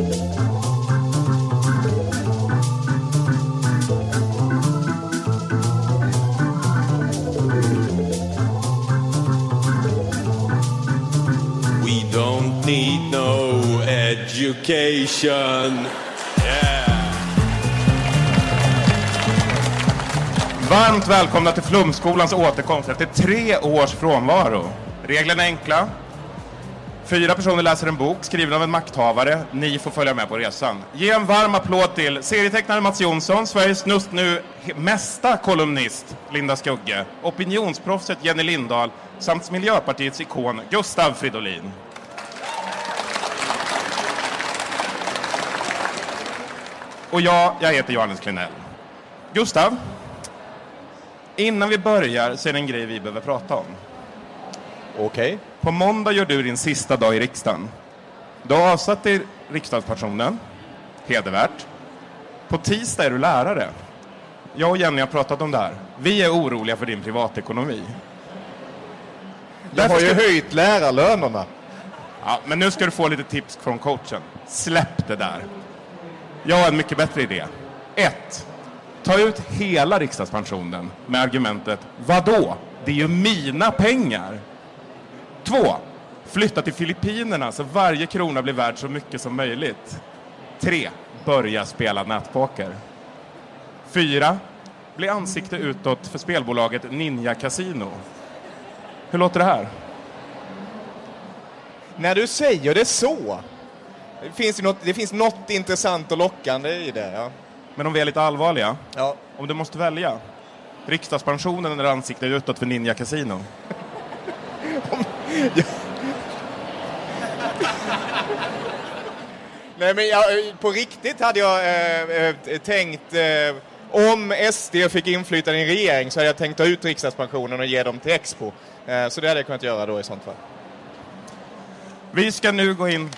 We don't need no education. Varmt välkomna till Flumskolans återkomst efter 3 års frånvaro. Reglerna är enkla. 4 personer läser en bok skriven av en makthavare. Ni får följa med på resan. Ge en varm applåd till serietecknare Mats Jonsson, Sveriges just nu mesta kolumnist Linda Skugge, opinionsproffset Jenny Lindahl samt Miljöpartiets ikon Gustav Fridolin. Och jag heter Johannes Klenell. Gustav, innan vi börjar så är det en grej vi behöver prata om. Okej. På måndag gör du din sista dag i riksdagen. Du har avsatt dig riksdagspensionen. Hedervärt. På tisdag är du lärare. Jag och Jenny har pratat om det här. Vi är oroliga för din privatekonomi. Jag har ju höjt lärarlönerna. Ja, men nu ska du få lite tips från coachen. Släpp det där. Jag har en mycket bättre idé. 1. Ta ut hela riksdagspensionen med argumentet, vadå? Det är ju mina pengar. 2. Flytta till Filippinerna så varje krona blir värd så mycket som möjligt. 3. Börja spela nätpoker. 4. Bli ansikte utåt för spelbolaget Ninja Casino. Hur låter det här? När du säger det så. Det finns något intressant och lockande i det, ja. Men om vi är lite allvarliga. Ja. Om du måste välja. Riksdagspensionen eller ansikte utåt för Ninja Casino? Nej, men på riktigt hade jag tänkt... om SD fick inflytande i en regering så hade jag tänkt ta ut riksdagspensionen och ge dem till Expo. Så det hade jag kunnat göra då i sånt fall. Vi ska nu gå in...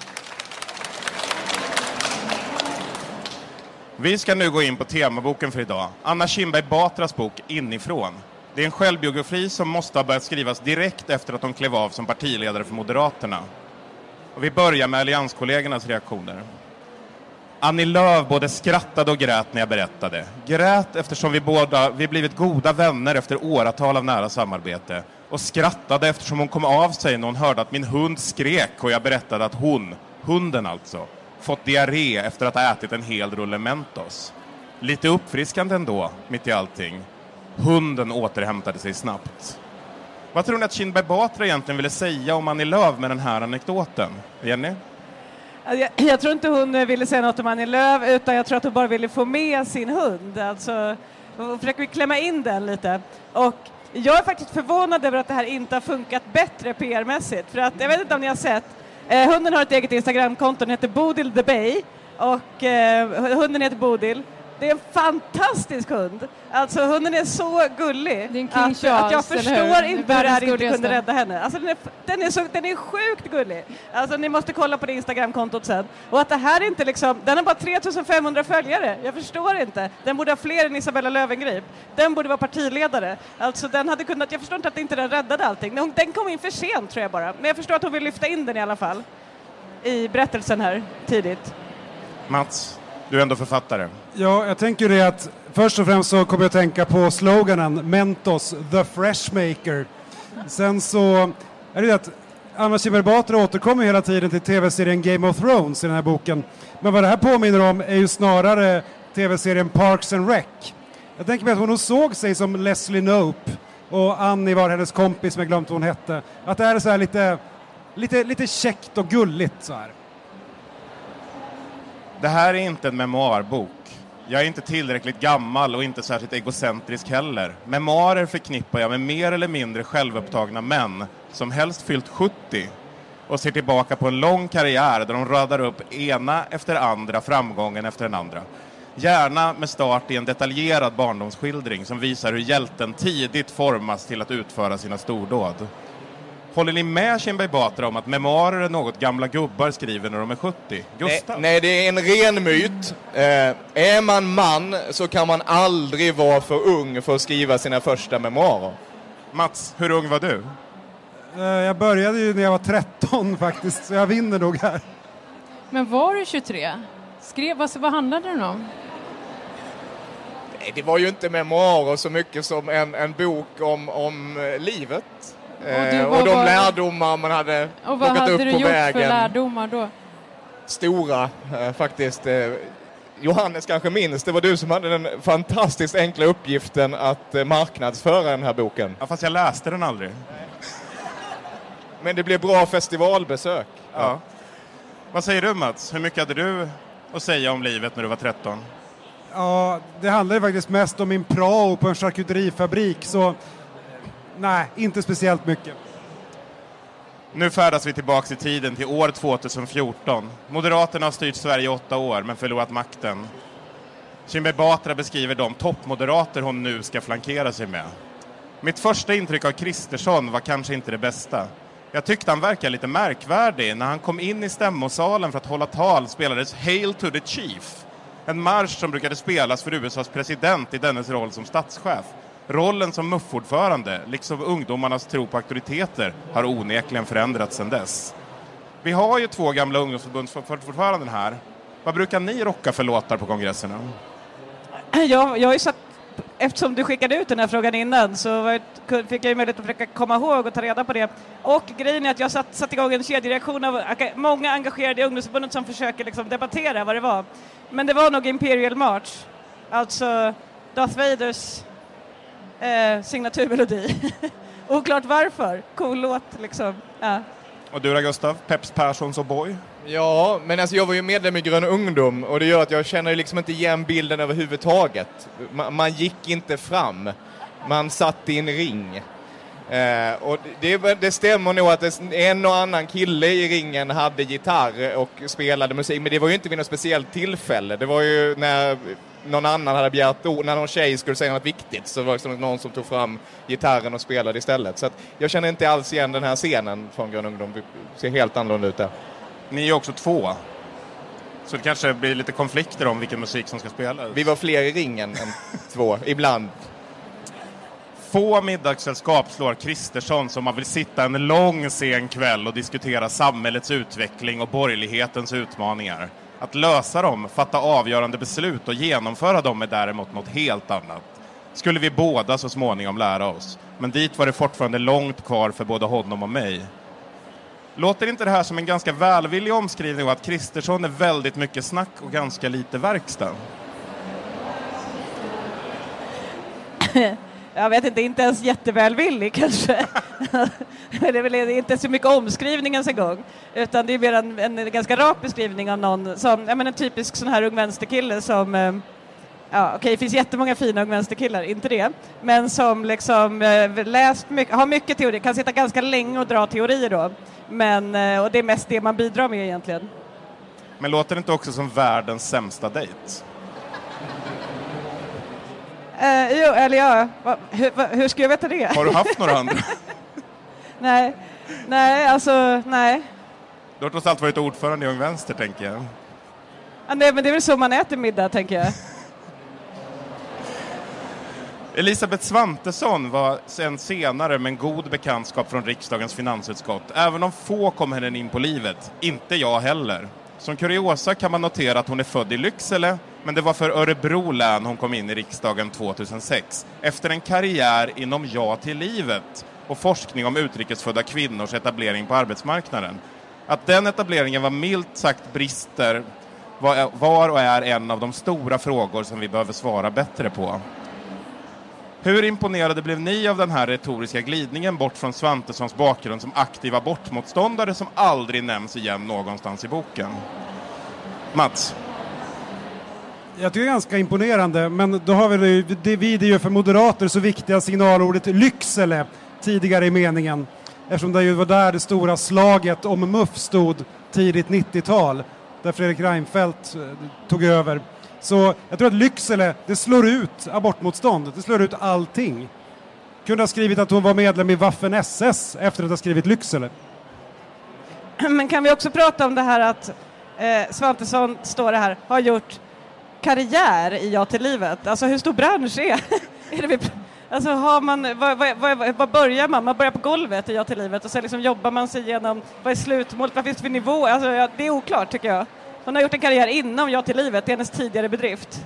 Vi ska nu gå in på temaboken för idag. Anna Kinberg Batras bok Inifrån. Det är en självbiografi som måste ha börjat skrivas direkt efter att de klev av som partiledare för Moderaterna. Och vi börjar med allianskollegornas reaktioner. Annie Lööf både skrattade och grät när jag berättade. Grät eftersom vi blivit goda vänner efter åratal av nära samarbete. Och skrattade eftersom hon kom av sig när hon hörde att min hund skrek och jag berättade att hunden alltså, fått diarré efter att ha ätit en hel rulle Mentos. Lite uppfriskande ändå, mitt i allting. Hunden återhämtade sig snabbt. Vad tror ni att Kinberg Batra egentligen ville säga om Annie Lööf med den här anekdoten? Jenny? Jag tror inte hon ville säga något om Annie Lööf, utan jag tror att hon bara ville få med sin hund. Alltså, hon försöker klämma in den lite. Och jag är faktiskt förvånad över att det här inte har funkat bättre PR-mässigt. För att, jag vet inte om ni har sett, hunden har ett eget Instagramkonto, den heter Bodil the Bay. Och hunden heter Bodil. Det är en fantastisk hund. Alltså hunden är så gullig att jag förstår inte hur det här inte kunde rädda henne. Alltså den är sjukt gullig. Alltså ni måste kolla på det Instagramkontot sen. Och att det här inte liksom, den har bara 3500 följare. Jag förstår inte. Den borde ha fler än Isabella Löwengrip. Den borde vara partiledare. Alltså den hade kunnat, jag förstår inte att inte den räddade allting. Den kom in för sent tror jag bara. Men jag förstår att hon vill lyfta in den i alla fall. I berättelsen här tidigt. Mats, du är ändå författare. Ja, jag tänker det att först och främst så kommer jag att tänka på sloganen Mentos, the Freshmaker. Sen så är det att Anna Kinberg Batra återkommer hela tiden till tv-serien Game of Thrones i den här boken. Men vad det här påminner om är ju snarare tv-serien Parks and Rec. Jag tänker mig att hon såg sig som Leslie Knope och Annie var hennes kompis, men jag glömt vad hon hette. Att det här är så här lite käckt och gulligt så här. Det här är inte en memoarbok. Jag är inte tillräckligt gammal och inte särskilt egocentrisk heller. Memoarer förknippar jag med mer eller mindre självupptagna män som helst fyllt 70 och ser tillbaka på en lång karriär där de radar upp ena efter andra framgången efter den andra. Gärna med start i en detaljerad barndomsskildring som visar hur hjälten tidigt formas till att utföra sina stordåd. Håller ni med Kinberg Batra om att memoarer är något gamla gubbar skriver när de är 70? Gustav? Nej, det är en ren myt. Är man så kan man aldrig vara för ung för att skriva sina första memoarer. Mats, hur ung var du? Jag började ju när jag var 13 faktiskt, så jag vinner nog här. Men var du 23? Vad handlade den om? Nej, det var ju inte memoarer så mycket som en bok om livet. Och de lärdomar man hade plockat upp på vägen. Och vad hade du gjort för lärdomar då? Stora, faktiskt. Johannes kanske minns, det var du som hade den fantastiskt enkla uppgiften att marknadsföra den här boken. Ja, fast jag läste den aldrig. Men det blev bra festivalbesök. Ja. Vad säger du, Mats? Hur mycket hade du att säga om livet när du var 13? Ja, det handlade faktiskt mest om min prao på en charkuterifabrik, så nej, inte speciellt mycket. Nu färdas vi tillbaka i tiden till år 2014. Moderaterna har styrt Sverige i 8 år men förlorat makten. Kinberg Batra beskriver de toppmoderater hon nu ska flankera sig med. Mitt första intryck av Kristersson var kanske inte det bästa. Jag tyckte han verkade lite märkvärdig. När han kom in i stämmosalen för att hålla tal spelades Hail to the Chief. En marsch som brukade spelas för USAs president i dennes roll som statschef. Rollen som muffordförande, liksom ungdomarnas tro på auktoriteter, har onekligen förändrats sedan dess. Vi har ju 2 gamla ungdomsförbundsordföranden här. Vad brukar ni rocka för låtar på kongresserna? Jag har ju satt, eftersom du skickade ut den här frågan innan, så fick jag ju möjlighet att försöka komma ihåg och ta reda på det. Och grejen är att jag satt igång en kedjereaktion av många engagerade i ungdomsförbundet som försöker liksom debattera vad det var. Men det var nog Imperial March, alltså Darth Vaders signaturmelodi. Oklart varför. Cool låt liksom. Ja. Och du då, Gustav? Peps Perssons och Boy? Ja, men alltså jag var ju medlem i Grön ungdom och det gör att jag känner liksom inte igen bilden överhuvudtaget. Man gick inte fram. Man satt i en ring. Och det stämmer nog att en och annan kille i ringen hade gitarr och spelade musik, men det var ju inte vid något speciellt tillfälle. Det var ju när någon annan hade begärt ord, när någon tjej skulle säga något viktigt, så var det liksom någon som tog fram gitarren och spelade istället. Så att jag känner inte alls igen den här scenen från Grön ungdom. Det ser helt annorlunda ut där. Ni är också 2. Så det kanske blir lite konflikter om vilken musik som ska spelas. Vi var fler i ringen än 2, ibland. Få middagssällskap slår Kristersson som man vill sitta en lång sen kväll och diskutera samhällets utveckling och borgerlighetens utmaningar. Att lösa dem, fatta avgörande beslut och genomföra dem är däremot något helt annat. Skulle vi båda så småningom lära oss. Men dit var det fortfarande långt kvar för både honom och mig. Låter inte det här som en ganska välvillig omskrivning av att Kristersson är väldigt mycket snack och ganska lite verkstad? Jag vet inte ens jättevälvillig kanske. Det är väl inte så mycket omskrivning ens en gång. Utan det är mer en ganska rak beskrivning av någon som, jag menar, en typisk sån här ung vänsterkille som, ja okej, det finns jättemånga fina ung vänsterkillar, inte det. Men som liksom läst mycket, har mycket teori, kan sitta ganska länge och dra teorier då. Men, och det är mest det man bidrar med egentligen. Men låter det inte också som världens sämsta dejt? Jo, eller ja. Hur ska jag veta det? Har du haft några andra? Nej, alltså, nej. Du har trots allt varit ordförande i Ung Vänster, tänker jag. Ja, nej, men det är väl så man äter middag, tänker jag. Elisabeth Svantesson var sen senare med en god bekantskap från riksdagens finansutskott. Även om få kom henne in på livet. Inte jag heller. Som kuriosa kan man notera att hon är född i Lycksele, men det var för Örebro län hon kom in i riksdagen 2006. Efter en karriär inom Ja till livet och forskning om utrikesfödda kvinnors etablering på arbetsmarknaden. Att den etableringen var milt sagt brister var och är en av de stora frågor som vi behöver svara bättre på. Hur imponerade blev ni av den här retoriska glidningen bort från Svantessons bakgrund som aktiv abortmotståndare som aldrig nämns igen någonstans i boken? Mats? Jag tycker det är ganska imponerande, men då har vi det ju för moderater så viktiga signalordet Lycksele tidigare i meningen. Eftersom det ju var där det stora slaget om MUF stod tidigt 90-tal, där Fredrik Reinfeldt tog över. Så jag tror att Lycksele, det slår ut abortmotstånd, det slår ut allting. Kunde ha skrivit att hon var medlem i Waffen SS efter att ha skrivit Lycksele. Men kan vi också prata om det här att Svantesson, står det här, har gjort karriär i Ja till livet? Alltså hur stor bransch är det? Alltså har man, vad börjar man? Man börjar på golvet i Ja till livet och sen liksom jobbar man sig igenom, vad är slutmålet, vad finns det för nivå? Alltså det är oklart tycker jag. Hon har gjort en karriär inom Ja till livet, det är hennes tidigare bedrift.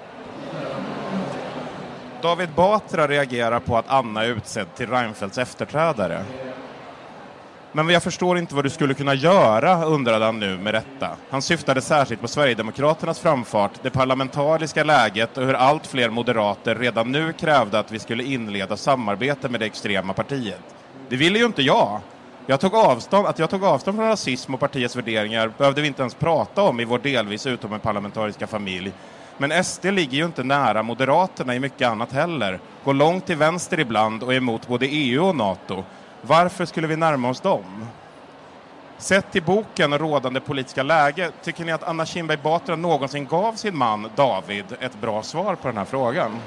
David Batra reagerar på att Anna är utsedd till Reinfeldts efterträdare. Men jag förstår inte vad du skulle kunna göra, undrade han nu med rätta. Han syftade särskilt på Sverigedemokraternas framfart, det parlamentariska läget och hur allt fler moderater redan nu krävde att vi skulle inleda samarbete med det extrema partiet. Det ville ju inte jag. Jag tog avstånd från rasism och partiets värderingar behövde vi inte ens prata om i vår delvis utom en parlamentariska familj. Men SD ligger ju inte nära Moderaterna i mycket annat heller. Går långt till vänster ibland och är emot både EU och NATO. Varför skulle vi närma oss dem? Sett till boken och rådande politiska läge, tycker ni att Anna Kinberg Batra någonsin gav sin man David ett bra svar på den här frågan?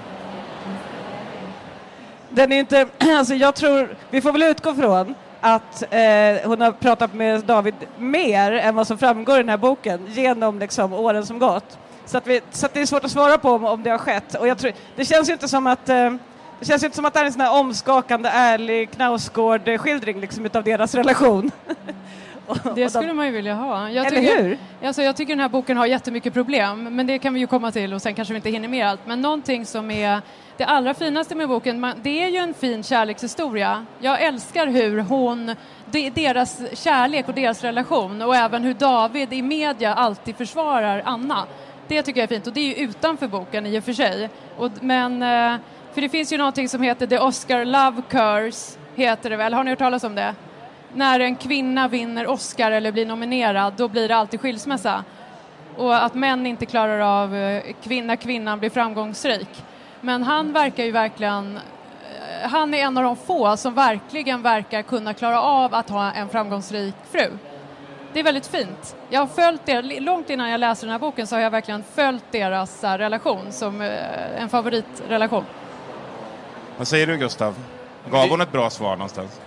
Den är inte, alltså jag tror, vi får väl utgå från att hon har pratat med David mer än vad som framgår i den här boken genom liksom åren som gått. Så att det är svårt att svara på om det har skett. Och jag tror, det känns ju inte som att det är en sån här omskakande, ärlig Knausgård-skildring liksom, utav deras relation. Det skulle man ju vilja ha. Jag tycker den här boken har jättemycket problem, men det kan vi ju komma till och sen kanske vi inte hinner med allt. Men någonting som är det allra finaste med boken, det är ju en fin kärlekshistoria. Jag älskar hur deras kärlek och deras relation och även hur David i media alltid försvarar Anna. Det tycker jag är fint och det är ju utanför boken i och för sig. För det finns ju någonting som heter The Oscar Love Curse, heter det väl. Har ni hört talas om det? När en kvinna vinner Oscar eller blir nominerad, då blir det alltid skilsmässa. Och att män inte klarar av när kvinnan blir framgångsrik. Men han verkar ju verkligen... Han är en av de få som verkligen verkar kunna klara av att ha en framgångsrik fru. Det är väldigt fint. Jag har följt det, långt innan jag läste den här boken så har jag verkligen följt deras relation som en favoritrelation. Vad säger du, Gustav? Gav hon ett bra svar någonstans?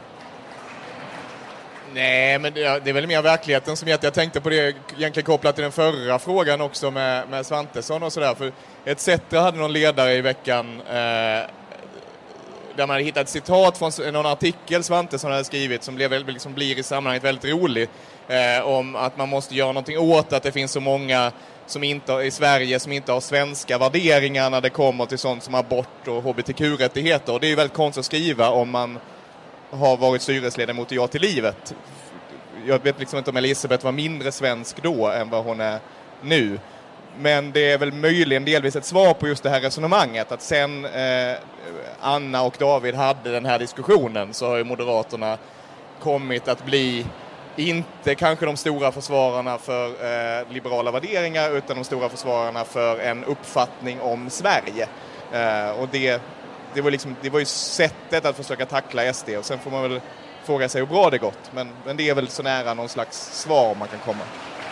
Nej, men det är väl mer verkligheten som jag tänkte på det egentligen kopplat till den förra frågan också med Svantesson och sådär. För ETC hade någon ledare i veckan där man hade hittat ett citat från någon artikel Svantesson hade skrivit som blir i sammanhanget väldigt rolig om att man måste göra någonting åt att det finns så många i Sverige som inte har svenska värderingar när det kommer till sånt som abort och hbtq-rättigheter. Och det är ju väldigt konstigt att skriva om man har varit styrelseledamot i Ja till livet. Jag vet liksom inte om Elisabeth var mindre svensk då än vad hon är nu. Men det är väl möjligen delvis ett svar på just det här resonemanget. Att sen Anna och David hade den här diskussionen så har ju Moderaterna kommit att bli inte kanske de stora försvararna för liberala värderingar utan de stora försvararna för en uppfattning om Sverige. Och det var ju sättet att försöka tackla SD och sen får man väl fråga sig hur bra det gått. Men det är väl så nära någon slags svar man kan komma.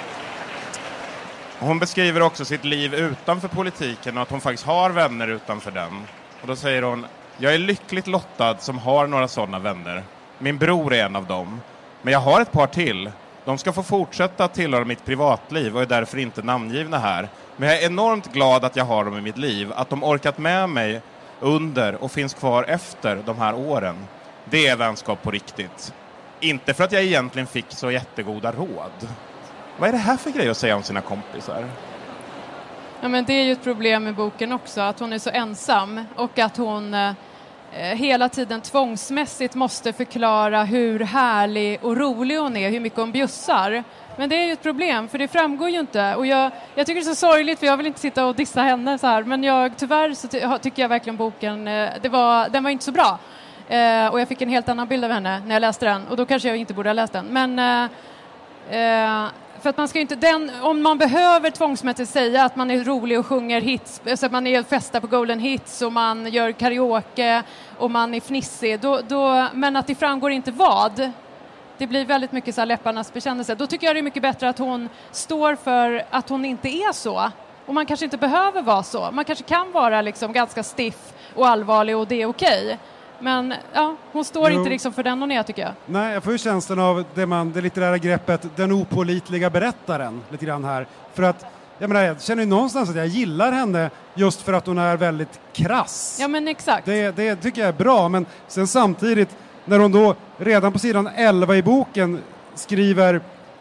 Hon beskriver också sitt liv utanför politiken och att hon faktiskt har vänner utanför den. Och då säger hon, jag är lyckligt lottad som har några sådana vänner. Min bror är en av dem. Men jag har ett par till. De ska få fortsätta tillhöra mitt privatliv och är därför inte namngivna här. Men jag är enormt glad att jag har dem i mitt liv. Att de orkat med mig under och finns kvar efter de här åren. Det är vänskap på riktigt. Inte för att jag egentligen fick så jättegoda råd. Vad är det här för grej att säga om sina kompisar? Ja, men det är ju ett problem med boken också. Att hon är så ensam och att hon hela tiden tvångsmässigt måste förklara hur härlig och rolig hon är. Hur mycket hon bjussar. Men det är ju ett problem, för det framgår ju inte. Och jag tycker det är så sorgligt, för jag vill inte sitta och dissa henne så här. Men tyvärr så tycker jag verkligen boken, den var inte så bra. Och jag fick en helt annan bild av henne när jag läste den. Och då kanske jag inte borde ha läst den. Men för att man ska inte, om man behöver tvångsmässigt säga att man är rolig och sjunger hits, så att man är festa på Golden Hits och man gör karaoke och man är fnissig, men att det framgår inte vad. Det blir väldigt mycket så här läpparnas bekännelse. Då tycker jag det är mycket bättre att hon står för att hon inte är så. Och man kanske inte behöver vara så. Man kanske kan vara liksom ganska stiff och allvarlig och det är okej. Men ja, hon står inte liksom för den hon är, tycker jag. Nej, jag får ju känslan av det litterära greppet, den opålitliga berättaren, lite grann här. För att, jag känner ju någonstans att jag gillar henne just för att hon är väldigt krass. Ja, men exakt. Det tycker jag är bra, men sen samtidigt, när hon då redan på sidan 11 i boken skriver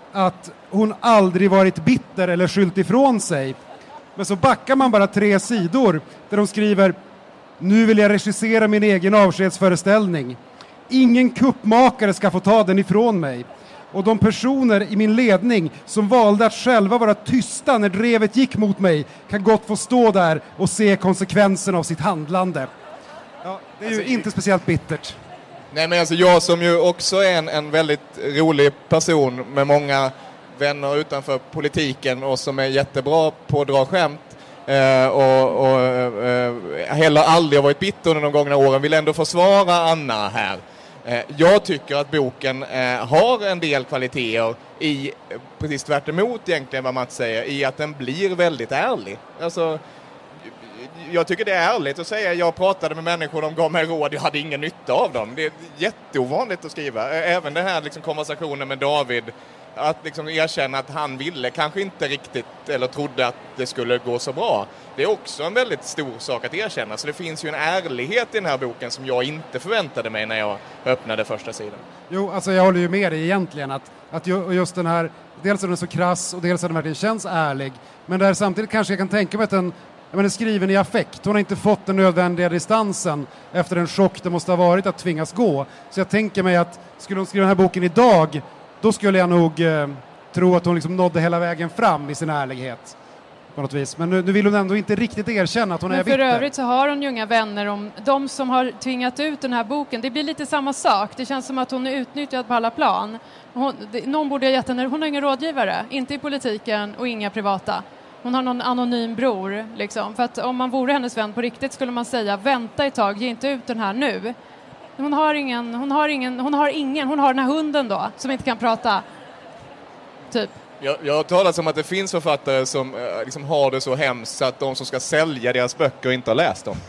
att hon aldrig varit bitter eller skyllt ifrån sig. Men så backar man bara 3 sidor där de skriver: nu vill jag regissera min egen avskedsföreställning. Ingen kuppmakare ska få ta den ifrån mig. Och de personer i min ledning som valde att själva vara tysta när drevet gick mot mig kan gott få stå där och se konsekvenserna av sitt handlande. Ja, det är ju inte speciellt bittert. Nej, men alltså jag som ju också är en väldigt rolig person med många vänner utanför politiken och som är jättebra på att dra skämt och heller aldrig har varit bitter under de gångna åren, vill ändå försvara Anna här. Jag tycker att boken har en del kvaliteter i, precis tvärt emot egentligen vad man säger, i att den blir väldigt ärlig. Alltså, jag tycker det är ärligt att säga, jag pratade med människor, de gav mig råd, jag hade ingen nytta av dem. Det är jätteovanligt att skriva. Även den här liksom konversationen med David, att liksom erkänna att han ville kanske inte riktigt eller trodde att det skulle gå så bra. Det är också en väldigt stor sak att erkänna. Så det finns ju en ärlighet i den här boken som jag inte förväntade mig när jag öppnade första sidan. Jo, alltså jag håller ju med dig egentligen att just den här, dels är den så krass och dels är den verkligen känns ärlig. Men där samtidigt kanske jag kan tänka mig att den är skriven i affekt. Hon har inte fått den nödvändiga distansen efter den chock det måste ha varit att tvingas gå. Så jag tänker mig att skulle hon skriva den här boken idag, då skulle jag nog tro att hon liksom nådde hela vägen fram i sin ärlighet på något vis. Men nu vill hon ändå inte riktigt erkänna att hon är bitter. För övrigt så har hon ju unga vänner om de som har tvingat ut den här boken. Det blir lite samma sak. Det känns som att hon är utnyttjad på alla plan. Någon borde ha gett henne, hon har ingen rådgivare. Inte i politiken och inga privata. Hon har någon anonym bror liksom. För att om man vore hennes vän på riktigt skulle man säga: vänta ett tag, ge inte ut den här nu. Hon har den här hunden då som inte kan prata. Typ. Jag har talat om att det finns författare som liksom har det så hemskt så att de som ska sälja deras böcker inte har läst dem.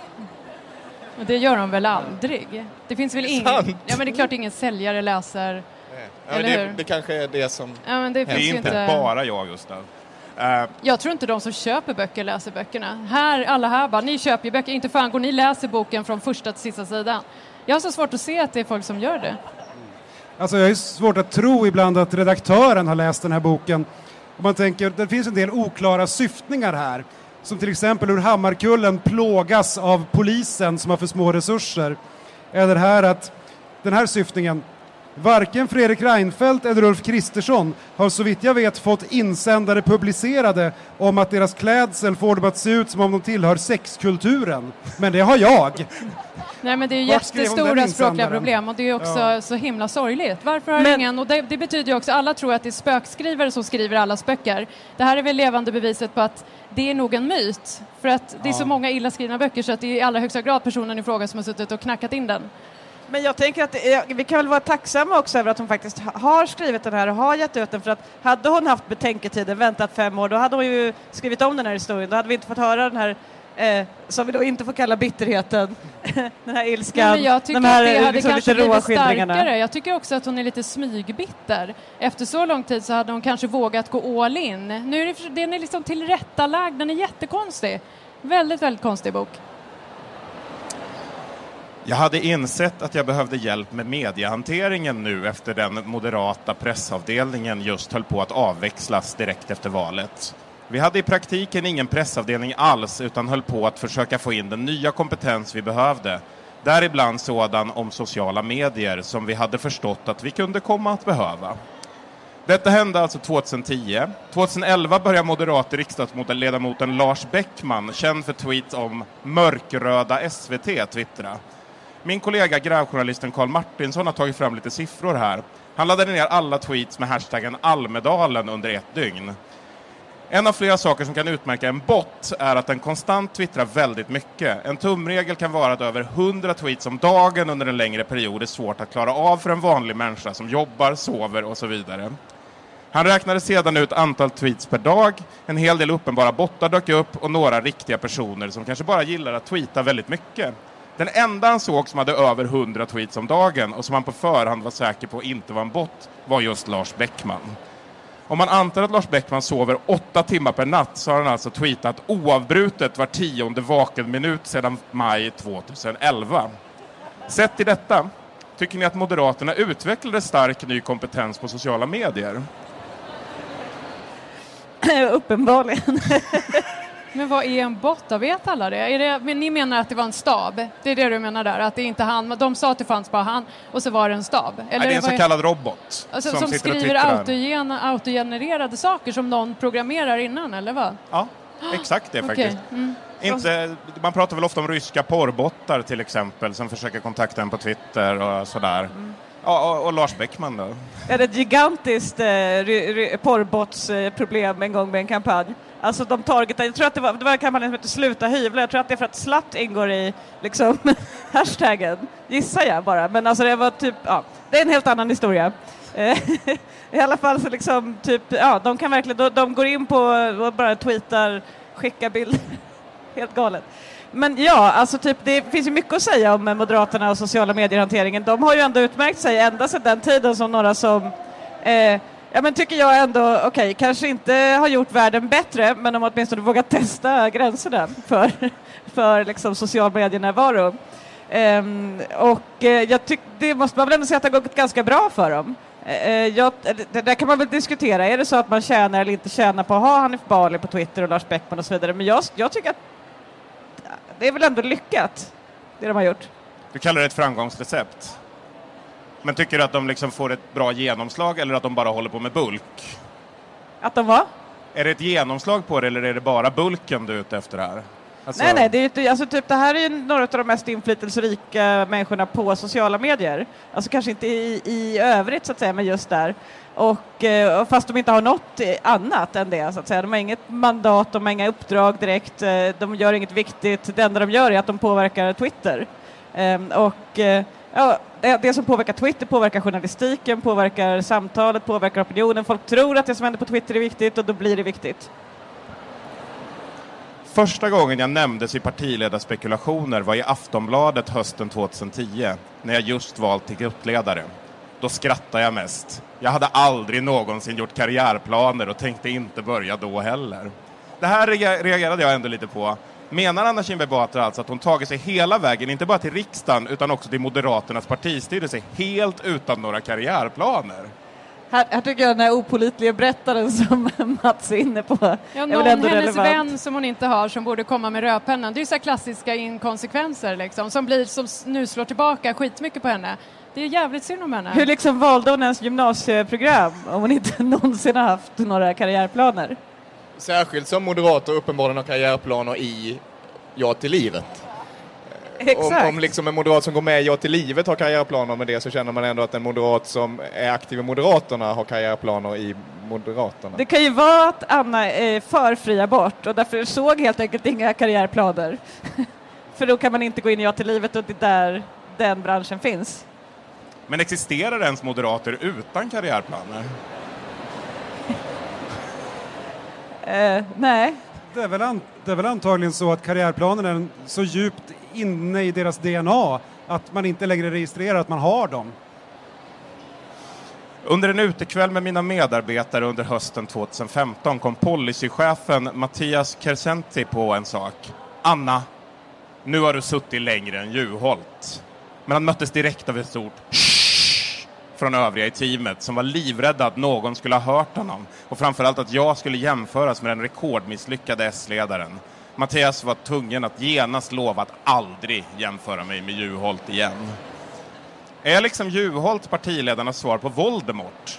Och det gör de väl aldrig? Det finns väl ingen... Ja, men det är klart ingen säljare läser. Ja, eller det kanske är det som... Ja, men det är inte bara jag, Gustav. Jag tror inte de som köper böcker läser böckerna. Alla här bara, ni köper ju böcker. Inte fan går ni läser boken från första till sista sidan. Jag har så svårt att se att det är folk som gör det. Alltså jag är svårt att tro ibland att redaktören har läst den här boken. Om man tänker, det finns en del oklara syftningar här. Som till exempel hur Hammarkullen plågas av polisen som har för små resurser. Eller här att den här syftningen: varken Fredrik Reinfeldt eller Ulf Kristersson har så vitt jag vet fått insändare publicerade om att deras klädsel får dem att se ut som om de tillhör sexkulturen. Men det har jag. Nej, men det är ju jättestora språkliga problem och det är också så himla sorgligt. Varför har ingen, och det betyder ju också, alla tror att det är spökskrivare som skriver allas böcker. Det här är väl levande beviset på att det är nog en myt. För att det är så många illa skrivna böcker så att det är i allra högsta grad personen i fråga som har suttit och knackat in den. Men jag tänker att vi kan väl vara tacksamma också över att hon faktiskt har skrivit den här och har gett ut den, för att hade hon haft betänketiden, väntat 5 år, då hade hon ju skrivit om den här historien. Då hade vi inte fått höra den här som vi då inte får kalla bitterheten, den här ilskan. Men jag tycker de här, att det hade liksom kanske blivit skildringarna. starkare. Jag tycker också att hon är lite smygbitter. Efter så lång tid så hade hon kanske vågat gå all in. Nu är den är liksom tillrättalagd, den är jättekonstig. Väldigt, väldigt konstig bok. Jag hade insett att jag behövde hjälp med mediehanteringen nu efter den moderata pressavdelningen just höll på att avväxlas direkt efter valet. Vi hade i praktiken ingen pressavdelning alls utan höll på att försöka få in den nya kompetens vi behövde. Däribland sådan om sociala medier som vi hade förstått att vi kunde komma att behöva. Detta hände alltså 2010. 2011 började moderata riksdagsledamoten Lars Bäckman, känd för tweets om mörkröda SVT, twittra. Min kollega grävjournalisten Carl Martinsson har tagit fram lite siffror här. Han laddade ner alla tweets med hashtaggen Almedalen under 1 dygn. En av flera saker som kan utmärka en bot är att den konstant twittrar väldigt mycket. En tumregel kan vara att över 100 tweets om dagen under en längre period är svårt att klara av för en vanlig människa som jobbar, sover och så vidare. Han räknade sedan ut antal tweets per dag, en hel del uppenbara bottar dök upp och några riktiga personer som kanske bara gillar att tweeta väldigt mycket. Den enda han såg som hade över 100 tweets om dagen och som han på förhand var säker på inte var en bot var just Lars Bäckman. Om man antar att Lars Bäckman sover 8 timmar per natt så har han alltså tweetat oavbrutet var 10:e vaken minut sedan maj 2011. Sett till detta, tycker ni att Moderaterna utvecklade stark ny kompetens på sociala medier? Uppenbarligen. Men vad är en bot då? Vet alla det? Men ni menar att det var en stab? Det är det du menar där? Att det inte han, de sa att det fanns bara han och så var det en stab? Eller det är en så kallad robot som skriver autogenererade saker som någon programmerar innan, eller vad? Ja, exakt det faktiskt. Man pratar väl ofta om ryska porrbottar till exempel som försöker kontakta en på Twitter och sådär. Ja, och Lars Beckman då? Ja, det är ett gigantiskt porrbotsproblem en gång med en kampanj. Alltså de targetade, jag tror att det var en kampanj som heter Sluta hyvla. Jag tror att det är för att slatt ingår i liksom hashtaggen. Gissar jag bara. Men alltså det var typ, det är en helt annan historia. I alla fall så liksom typ, de kan verkligen, de går in på och bara tweetar, skickar bilder. Helt galet. Men alltså typ, det finns ju mycket att säga om Moderaterna och sociala medier-hanteringen. De har ju ändå utmärkt sig ända sedan den tiden som några som men tycker jag ändå, kanske inte har gjort världen bättre, men de har åtminstone vågat testa gränserna för liksom social medienärvaro. Jag tycker, det måste man väl ändå säga att det har gått ganska bra för dem. Där kan man väl diskutera, är det så att man tjänar eller inte tjänar på att ha Hanif Bali på Twitter och Lars Beckman och så vidare, men jag tycker att det är väl ändå lyckat, det de har gjort. Du kallar det ett framgångsrecept. Men tycker du att de liksom får ett bra genomslag eller att de bara håller på med bulk? Att de var? Är det ett genomslag på det eller är det bara bulken du är ute efter här? Alltså... Nej, det är ju alltså typ, det här är ju några av de mest inflytelserika människorna på sociala medier. Alltså kanske inte i övrigt så att säga, men just där. Och fast de inte har något annat än det så att säga. De har inget mandat, de har inga uppdrag direkt, de gör inget viktigt. Det enda de gör är att de påverkar Twitter. Det som påverkar Twitter påverkar journalistiken, påverkar samtalet, påverkar opinionen. Folk tror att det som händer på Twitter är viktigt och då blir det viktigt. Första gången jag nämndes i partiledarspekulationer var i Aftonbladet hösten 2010 när jag just valt till gruppledare. Då skrattade jag mest. Jag hade aldrig någonsin gjort karriärplaner och tänkte inte börja då heller. Det här reagerade jag ändå lite på. Menar Anna Kinberg Batra alltså att hon tagit sig hela vägen, inte bara till riksdagen utan också till Moderaternas partistyrelse, helt utan några karriärplaner? Här tycker jag den här opålitliga berättaren som Mats är inne på. Ja, någon hennes vän som hon inte har som borde komma med rödpennan. Det är ju så här klassiska inkonsekvenser liksom, som nu slår tillbaka skitmycket på henne. Det är jävligt synd om henne. Hur liksom valde hon ens gymnasieprogram om hon inte någonsin har haft några karriärplaner? Särskilt som moderater uppenbarligen har karriärplaner i Ja till livet. Exakt. Om liksom en moderat som går med i Ja till livet har karriärplaner med det, så känner man ändå att en moderat som är aktiv i Moderaterna har karriärplaner i Moderaterna. Det kan ju vara att Anna är för fri abort och därför såg helt enkelt inga karriärplaner. För då kan man inte gå in i Ja till livet och det är där den branschen finns. Men existerar ens moderater utan karriärplaner? Nej. Det är väl antagligen så att karriärplanen är så djupt inne i deras DNA att man inte längre registrerar att man har dem. Under en utekväll med mina medarbetare under hösten 2015 kom policychefen Mattias Kersenti på en sak. Anna, nu har du suttit längre än Juholt. Men han möttes direkt av ett stort från övriga i teamet som var livrädda att någon skulle ha hört honom och framförallt att jag skulle jämföras med den rekordmisslyckade S-ledaren. Mattias var tvungen att genast lova att aldrig jämföra mig med Juholt igen. Är liksom Juholt partiledarnas svar på Voldemort?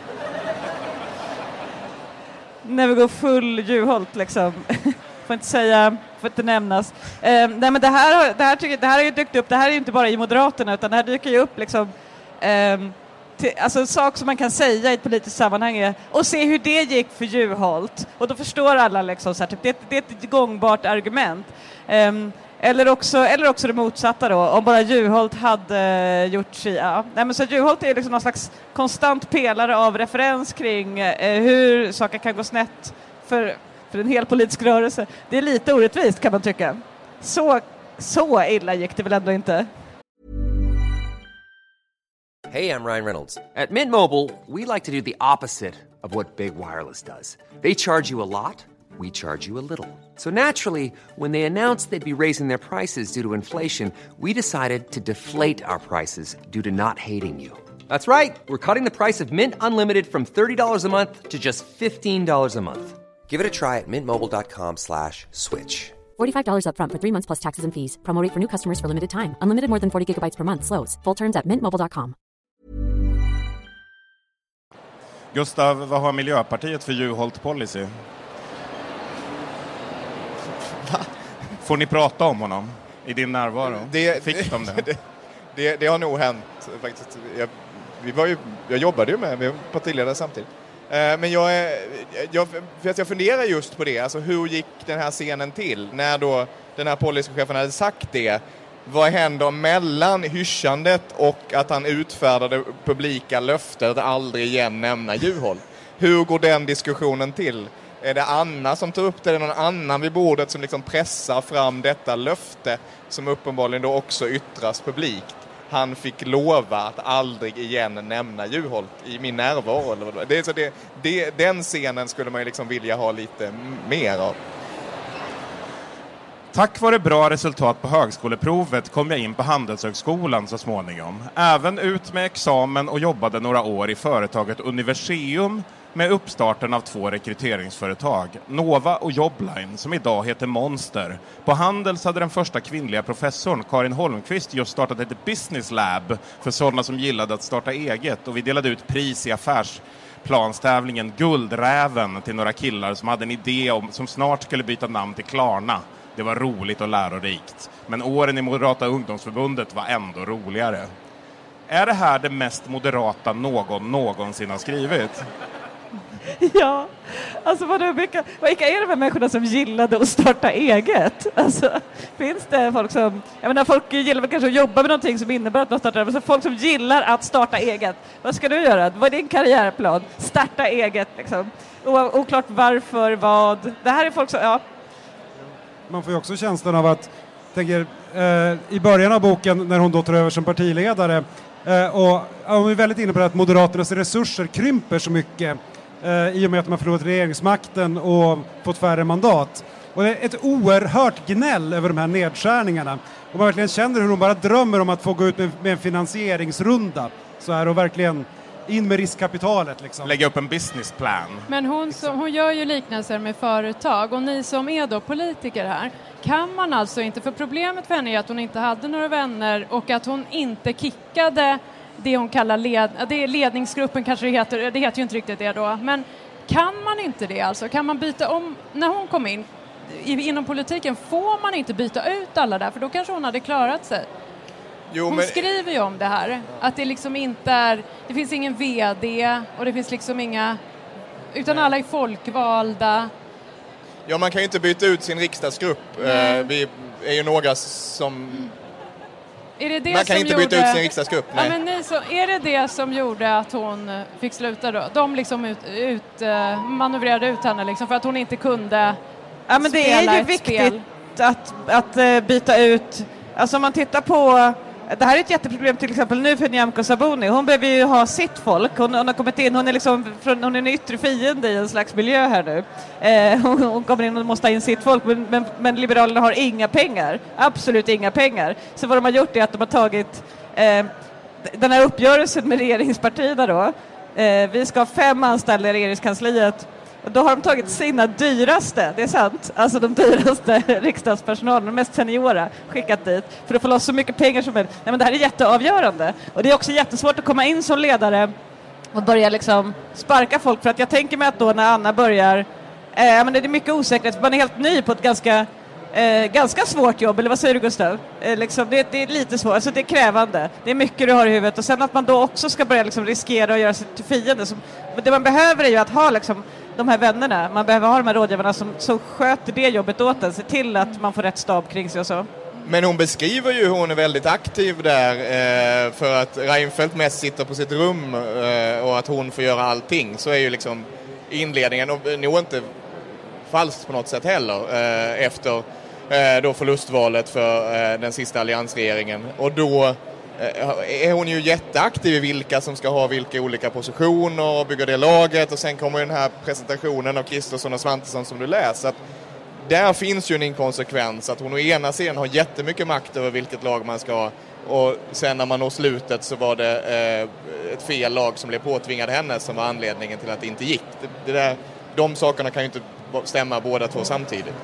När vi går full Juholt liksom. Får inte säga, får inte nämnas. Nej men det här har ju dykt upp, det här är ju inte bara i Moderaterna utan det här dyker ju upp liksom alltså en sak som man kan säga i ett politiskt sammanhang är och se hur det gick för Juholt och då förstår alla liksom så här, typ, det är ett gångbart argument. Eller också det motsatta då, om bara Juholt hade gjort sig. Ja. Nej, men så Juholt är liksom någon slags konstant pelare av referens kring hur saker kan gå snett för en hel politisk rörelse. Det är lite orättvist kan man tycka. Så illa gick det väl ändå inte. Hey, I'm Ryan Reynolds. At Mint Mobile, we like to do the opposite of what Big Wireless does. They charge you a lot. We charge you a little. So naturally, when they announced they'd be raising their prices due to inflation, we decided to deflate our prices due to not hating you. That's right. We're cutting the price of Mint Unlimited from $30 a month to just $15 a month. Give it a try at mintmobile.com/switch. $45 up front for 3 months plus taxes and fees. Promo rate for new customers for limited time. Unlimited more than 40 gigabytes per month slows. Full terms at mintmobile.com. Gustav, vad har Miljöpartiet för Juholt policy? Får ni prata om honom i din närvaro? Fick de det? Det har nog hänt faktiskt. Jag jobbade ju med partiledare samtidigt. Men jag funderar just på det. Alltså, hur gick den här scenen till? När då den här policychefen hade sagt det, vad händer mellan hyschandet och att han utfärdade publika löfter att aldrig igen nämna Juholt? Hur går den diskussionen till? Är det Anna som tar upp det? Är det någon annan vid bordet som liksom pressar fram detta löfte som uppenbarligen då också yttras publikt? Han fick lova att aldrig igen nämna Juholt i min närvaro. Den scenen skulle man ju liksom vilja ha lite mer av. Tack vare bra resultat på högskoleprovet kom jag in på Handelshögskolan så småningom. Även ut med examen och jobbade några år i företaget Universium med uppstarten av 2 rekryteringsföretag, Nova och Jobline, som idag heter Monster. På Handels hade den första kvinnliga professorn, Karin Holmqvist, just startat ett business lab för sådana som gillade att starta eget, och vi delade ut pris i affärsplanstävlingen Guldräven till några killar som hade en idé om som snart skulle byta namn till Klarna. Det var roligt och lärorikt, men åren i Moderata ungdomsförbundet var ändå roligare. Är det här det mest moderata någon någonsin har skrivit? Ja, alltså vilka är de här människorna som gillade att starta eget? Alltså, finns det folk som... Jag menar, folk gillar väl kanske att jobba med någonting som innebär att man startar... Men så folk som gillar att starta eget. Vad ska du göra? Vad är din karriärplan? Starta eget, liksom. Oklart varför, vad... Det här är folk som... Ja. Man får ju också känslan av att... i början av boken, när hon då tar över som partiledare... och hon är väldigt inne på att Moderaternas resurser krymper så mycket... i och med att de har förlorat regeringsmakten och fått färre mandat. Och det är ett oerhört gnäll över de här nedskärningarna. Och man verkligen känner hur de bara drömmer om att få gå ut med en finansieringsrunda. Så här, och verkligen in med riskkapitalet. Liksom. Lägga upp en businessplan. Men hon gör ju liknelser med företag. Och ni som är då politiker här, kan man alltså inte... För problemet för henne är att hon inte hade några vänner och att hon inte kickade... Det hon kallar det är ledningsgruppen, kanske det heter ju inte riktigt det då, men kan man inte det alltså? Kan man byta om, när hon kom in inom politiken, får man inte byta ut alla där, för då kanske hon hade klarat sig. Hon skriver ju om det här, att det liksom inte är, det finns ingen vd och det finns liksom inga, utan alla är folkvalda. Ja, man kan ju inte byta ut sin riksdagsgrupp. Vi är ju några som... Man kan inte byta ut sin riksdagsgrupp. Nej. Ja, men är det det som gjorde att hon fick sluta då? De liksom manövrerade ut henne liksom för att hon inte kunde ja, men det är ju viktigt att byta ut. Alltså om man tittar på... Det här är ett jätteproblem till exempel nu för Nyamko Sabuni. Hon behöver ju ha sitt folk. Hon har kommit in, hon är en yttre fiende i en slags miljö här nu. Hon kommer in och måste ha in sitt folk. Men Liberalerna har inga pengar. Absolut inga pengar. Så vad de har gjort är att de har tagit den här uppgörelsen med regeringspartierna då. Vi ska ha 5 anställda i regeringskansliet. Och då har de tagit sina dyraste, det är sant, alltså de dyraste riksdagspersonalen, de mest seniora, skickat dit för att få loss så mycket pengar som möjligt. Nej, men det här är jätteavgörande. Och det är också jättesvårt att komma in som ledare och börja liksom sparka folk. För att jag tänker mig att då när Anna börjar, men det är mycket osäkerhet, för man är helt ny på ett ganska svårt jobb, eller vad säger du Gustav? Liksom, det är lite svårt, alltså det är krävande. Det är mycket du har i huvudet. Och sen att man då också ska börja liksom riskera att göra sig till fiende. Det man behöver är ju att ha liksom de här vännerna. Man behöver ha de här rådgivarna som sköter det jobbet åt en. Se till att man får rätt stab kring sig och så. Men hon beskriver ju hur hon är väldigt aktiv där för att Reinfeldt mest sitter på sitt rum och att hon får göra allting. Så är ju liksom inledningen, och nog inte falskt på något sätt heller, efter då förlustvalet för den sista alliansregeringen. Och då är hon ju jätteaktiv i vilka som ska ha vilka olika positioner och bygga det laget. Och sen kommer ju den här presentationen av Kristersson och Svantesson som du läser. Att där finns ju en inkonsekvens att hon å ena sidan har jättemycket makt över vilket lag man ska ha. Och sen när man når slutet så var det ett fel lag som blev påtvingad henne som var anledningen till att det inte gick. De sakerna kan ju inte stämma båda två samtidigt.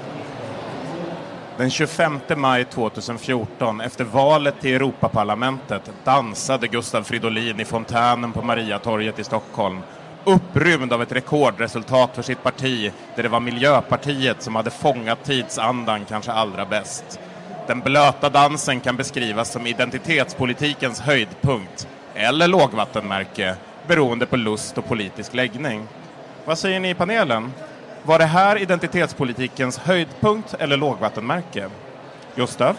Den 25 maj 2014, efter valet till Europaparlamentet, dansade Gustav Fridolin i fontänen på Mariatorget i Stockholm, upprymd av ett rekordresultat för sitt parti, där det var Miljöpartiet som hade fångat tidsandan kanske allra bäst. Den blöta dansen kan beskrivas som identitetspolitikens höjdpunkt, eller lågvattenmärke, beroende på lust och politisk läggning. Vad säger ni i panelen? Var det här identitetspolitikens höjdpunkt eller lågvattenmärke? Gustav?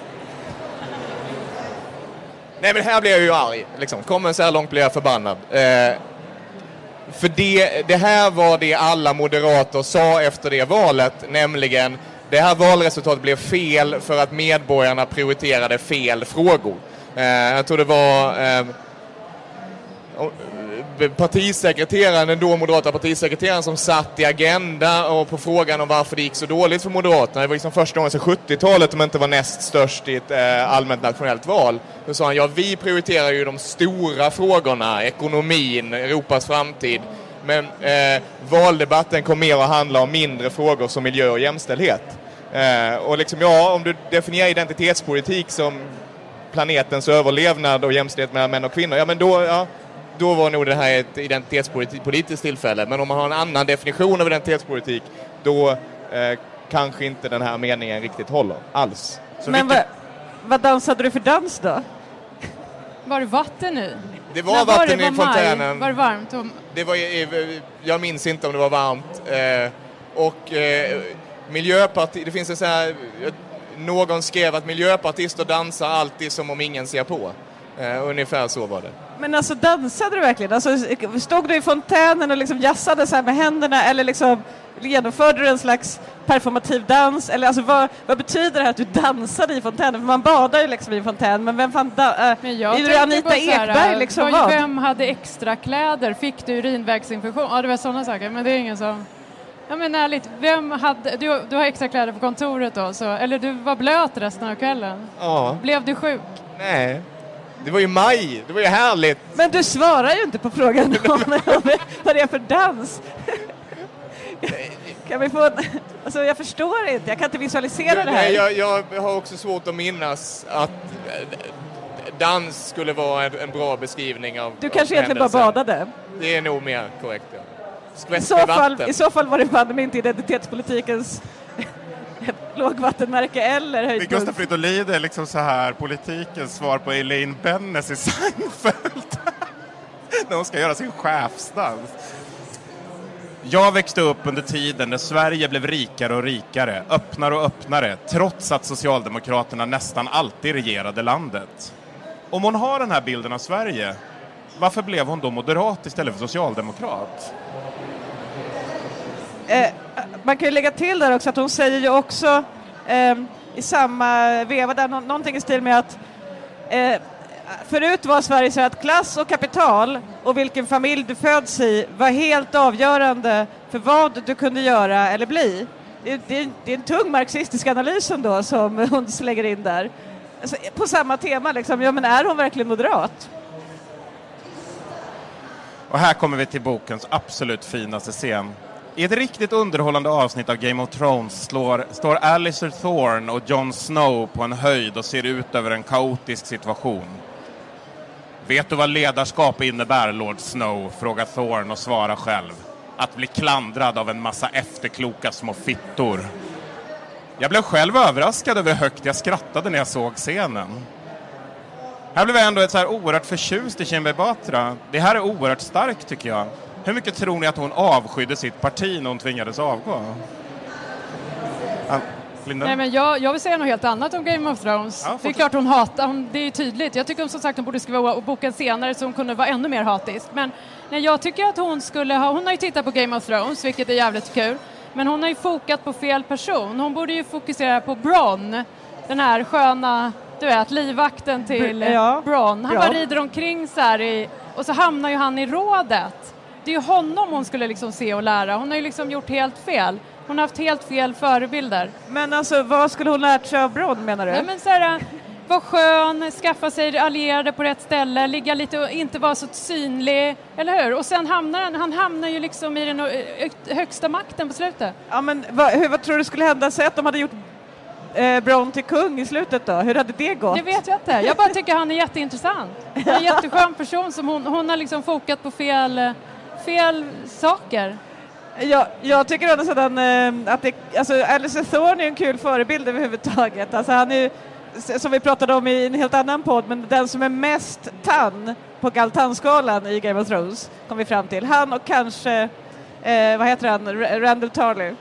Nej, men här blir jag ju arg. Liksom. Kommer så här långt blir jag förbannad. För det här var det alla moderater sa efter det valet, nämligen det här valresultatet blev fel för att medborgarna prioriterade fel frågor. Jag tror det var partisekreteraren, den då moderata partisekreteraren, som satt i Agenda och på frågan om varför det gick så dåligt för Moderaterna. Det var liksom första gången sedan 70-talet som inte var näst störst i ett allmänt nationellt val. Då sa han, ja, vi prioriterar ju de stora frågorna, ekonomin, Europas framtid. Men valdebatten kom mer att handla om mindre frågor som miljö och jämställdhet. Och liksom, ja, om du definierar identitetspolitik som planetens överlevnad och jämställdhet mellan män och kvinnor, ja men då var nog det här ett identitetspolitiskt tillfälle. Men om man har en annan definition av identitetspolitik, då kanske inte den här meningen riktigt håller alls. Så men vad dansade du för dans då? Var det vatten i? Det var vatten i fontänen. Var det varmt? Det var, jag minns inte om det var varmt. Miljöparti, det finns en så här, någon skrev att miljöpartister dansar alltid som om ingen ser på. Ungefär så var det. Men alltså dansade du verkligen? Alltså, stod du i fontänen och liksom jassade så här med händerna, eller liksom genomförde du en slags performativ dans? Eller alltså, vad betyder det här att du dansade i fontänen? För man badar ju liksom i fontänen, men vem fan är du Anita Ekberg liksom? Vem hade extra kläder? Fick du urinvägsinfektion? Ja, det var sådana saker, men det är ingen som... Ja, men ärligt, vem hade... Du har extra kläder på kontoret då, så... Eller du var blöt resten av kvällen? Ja. Blev du sjuk? Nej. Det var ju maj, det var ju härligt. Men du svarar ju inte på frågan om vad det är för dans. Kan vi få alltså, jag förstår inte, jag kan inte visualisera det här. Jag har också svårt att minnas att dans skulle vara en bra beskrivning av... Du kanske egentligen bara badade. Det är nog mer korrekt, ja. I så fall var det fan inte identitetspolitikens lågvattenmärke eller höjdpunkt. Gustav Fridolin är liksom så här politikens svar på Elaine Bennes i Seinfeld. När hon ska göra sin chefsdans. Jag växte upp under tiden när Sverige blev rikare och rikare, öppnare och öppnare, trots att Socialdemokraterna nästan alltid regerade landet. Om hon har den här bilden av Sverige, varför blev hon då moderat istället för socialdemokrat? Man kan ju lägga till där också att hon säger ju också i samma veva där någonting i stil med att förut var Sverige så att klass och kapital och vilken familj du föds i var helt avgörande för vad du kunde göra eller bli. Det är en tung marxistisk analys ändå som hon lägger in där. Alltså, på samma tema liksom, ja men är hon verkligen moderat? Och här kommer vi till bokens absolut finaste scen. I ett riktigt underhållande avsnitt av Game of Thrones står Alistair Thorne och Jon Snow på en höjd och ser ut över en kaotisk situation. Vet du vad ledarskap innebär, Lord Snow? Frågar Thorne och svarar själv. Att bli klandrad av en massa efterkloka små fittor. Jag blev själv överraskad över hur högt jag skrattade när jag såg scenen. Här blev jag ändå så här oerhört förtjust i Kinberg Batra. Det här är oerhört starkt tycker jag. Hur mycket tror ni att hon avskydde sitt parti när hon tvingades avgå? Linda? Nej, men jag vill säga något helt annat om Game of Thrones. Ja, det är klart hon hatar, det är ju tydligt. Jag tycker som sagt hon borde skriva boken senare så hon kunde vara ännu mer hatisk. Men nej, jag tycker att hon har ju tittat på Game of Thrones, vilket är jävligt kul. Men hon har ju fokat på fel person. Hon borde ju fokusera på Bronn, den här sköna, du vet, livvakten till Bronn. Han bara rider omkring så här och så hamnar ju han i rådet. Det är ju honom hon skulle liksom se och lära. Hon har ju liksom gjort helt fel. Hon har haft helt fel förebilder. Men alltså, vad skulle hon lärt sig av Bronn, menar du? Nej, men så här, vara skön, skaffa sig allierade på rätt ställe, ligga lite och inte vara så synlig, eller hur? Och sen hamnar ju liksom i den högsta makten på slutet. Ja, men vad tror du skulle hända? Säg att de hade gjort Bron till kung i slutet då. Hur hade det gått? Det vet jag inte. Jag bara tycker han är jätteintressant. Han är en jätteskön person som hon har liksom fokat på fel saker. Jag tycker ändå sådan att Alistair Thorne är en kul förebild överhuvudtaget. Alltså han är, som vi pratade om i en helt annan podd, men den som är mest tann på Galtanskalan i Game of Thrones kom vi fram till. Han och kanske vad heter han? Randall Tarly.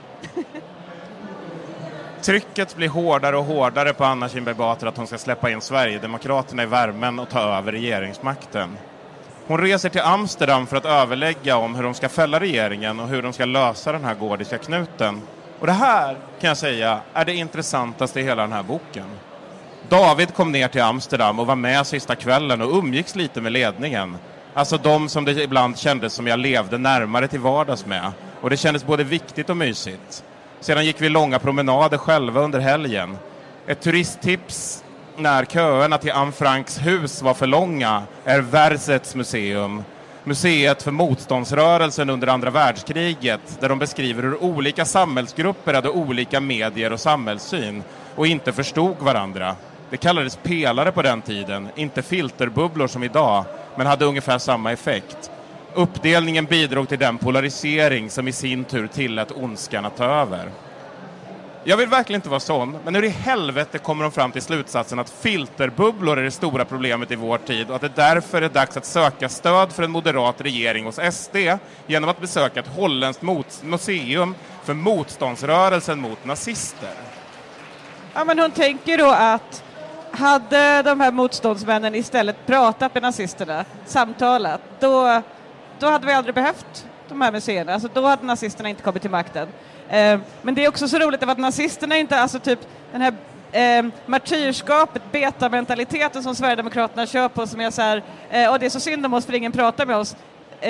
Trycket blir hårdare och hårdare på Anna Kinberg Batra att hon ska släppa in Sverigedemokraterna i värmen och ta över regeringsmakten. Hon reser till Amsterdam för att överlägga om hur de ska fälla regeringen och hur de ska lösa den här gordiska knuten. Och det här, kan jag säga, är det intressantaste i hela den här boken. David kom ner till Amsterdam och var med sista kvällen och umgicks lite med ledningen. Alltså de som det ibland kändes som jag levde närmare till vardags med. Och det kändes både viktigt och mysigt. Sedan gick vi långa promenader själva under helgen. Ett turisttips när köerna till Anne Franks hus var för långa är Versets museum. Museet för motståndsrörelsen under andra världskriget, där de beskriver hur olika samhällsgrupper hade olika medier och samhällssyn och inte förstod varandra. Det kallades pelare på den tiden, inte filterbubblor som idag, men hade ungefär samma effekt. Uppdelningen bidrog till den polarisering som i sin tur tillät ondskan att ta över. Jag vill verkligen inte vara sån, men hur i helvete kommer de fram till slutsatsen att filterbubblor är det stora problemet i vår tid och att det därför är dags att söka stöd för en moderat regering hos SD genom att besöka ett holländskt museum för motståndsrörelsen mot nazister? Ja, men hon tänker då att hade de här motståndsmännen istället pratat med nazisterna, samtalat, då hade vi aldrig behövt de här museerna. Alltså då hade nazisterna inte kommit till makten. Men det är också så roligt att nazisterna inte, alltså typ den här martyrskapet, beta-mentaliteten som Sverigedemokraterna kör på, som är så här, och det är så synd om oss för ingen pratar med oss,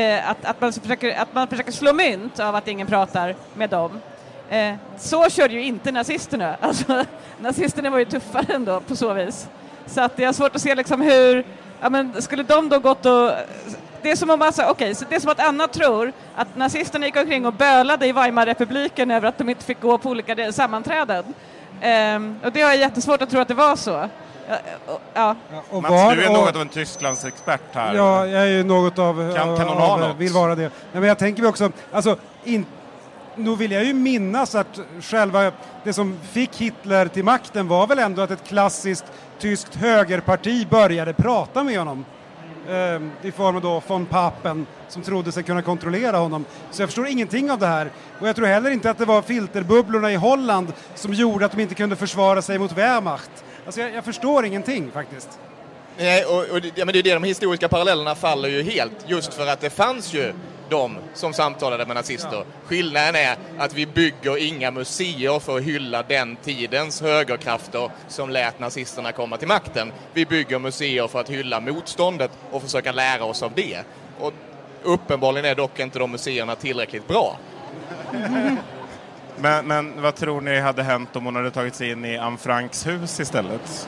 att man försöker slå mynt av att ingen pratar med dem. Så körde ju inte nazisterna. Alltså, nazisterna var ju tuffare ändå på så vis. Så att det är svårt att se liksom hur, ja, men skulle de då gått och... Det är som om så det är som att Anna tror att nazisterna gick omkring och bölade i Weimarrepubliken över att de inte fick gå på olika sammanträden. Och det är jättesvårt att tro att det var så. Ja. Och Mats, du är något av en Tysklands expert här. Ja, jag är ju något av... vill vara det. Nej, men jag tänker mig också... Alltså, nu vill jag ju minnas att själva det som fick Hitler till makten var väl ändå att ett klassiskt tyskt högerparti började prata med honom. I form av då von Papen som trodde sig kunna kontrollera honom. Så jag förstår ingenting av det här. Och jag tror heller inte att det var filterbubblorna i Holland som gjorde att de inte kunde försvara sig mot Wehrmacht. Alltså jag förstår ingenting faktiskt. Nej, men det är det, de historiska parallellerna faller ju helt. Just för att det fanns ju de som samtalade med nazister. Ja. Skillnaden är att vi bygger inga museer för att hylla den tidens högerkrafter som lät nazisterna komma till makten. Vi bygger museer för att hylla motståndet och försöka lära oss av det. Och uppenbarligen är dock inte de museerna tillräckligt bra. Men vad tror ni hade hänt om hon hade tagit sig in i Anne Franks hus istället?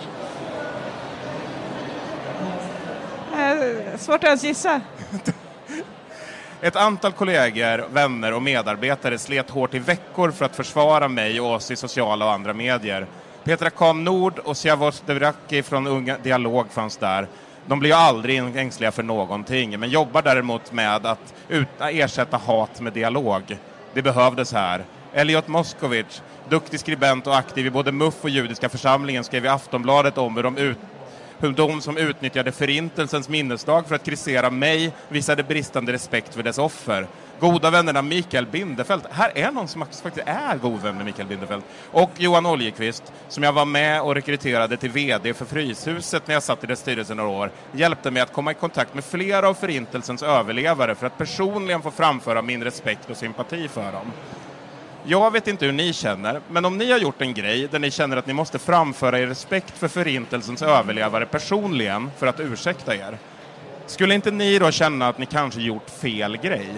Svårt att ens gissa. Ett antal kollegor, vänner och medarbetare slet hårt i veckor för att försvara mig och oss i sociala och andra medier. Petra Kahn Nord och Siavos Devraki från Unga Dialog fanns där. De blir aldrig ängsliga för någonting, men jobbar däremot med att ersätta hat med dialog. Det behövdes här. Elliot Moskovic, duktig skribent och aktiv i både MUF och Judiska församlingen, skrev i Aftonbladet om hur de som utnyttjade förintelsens minnesdag för att kritisera mig visade bristande respekt för dess offer. Goda vännerna Mikael Bindefeld. Här är någon som faktiskt är god vän med Mikael Bindefeld. Och Johan Oljekvist, som jag var med och rekryterade till vd för Fryshuset när jag satt i dess styrelse några år, hjälpte mig att komma i kontakt med flera av förintelsens överlevare för att personligen få framföra min respekt och sympati för dem. Jag vet inte hur ni känner, men om ni har gjort en grej där ni känner att ni måste framföra er respekt för förintelsens överlevare personligen för att ursäkta er, skulle inte ni då känna att ni kanske gjort fel grej?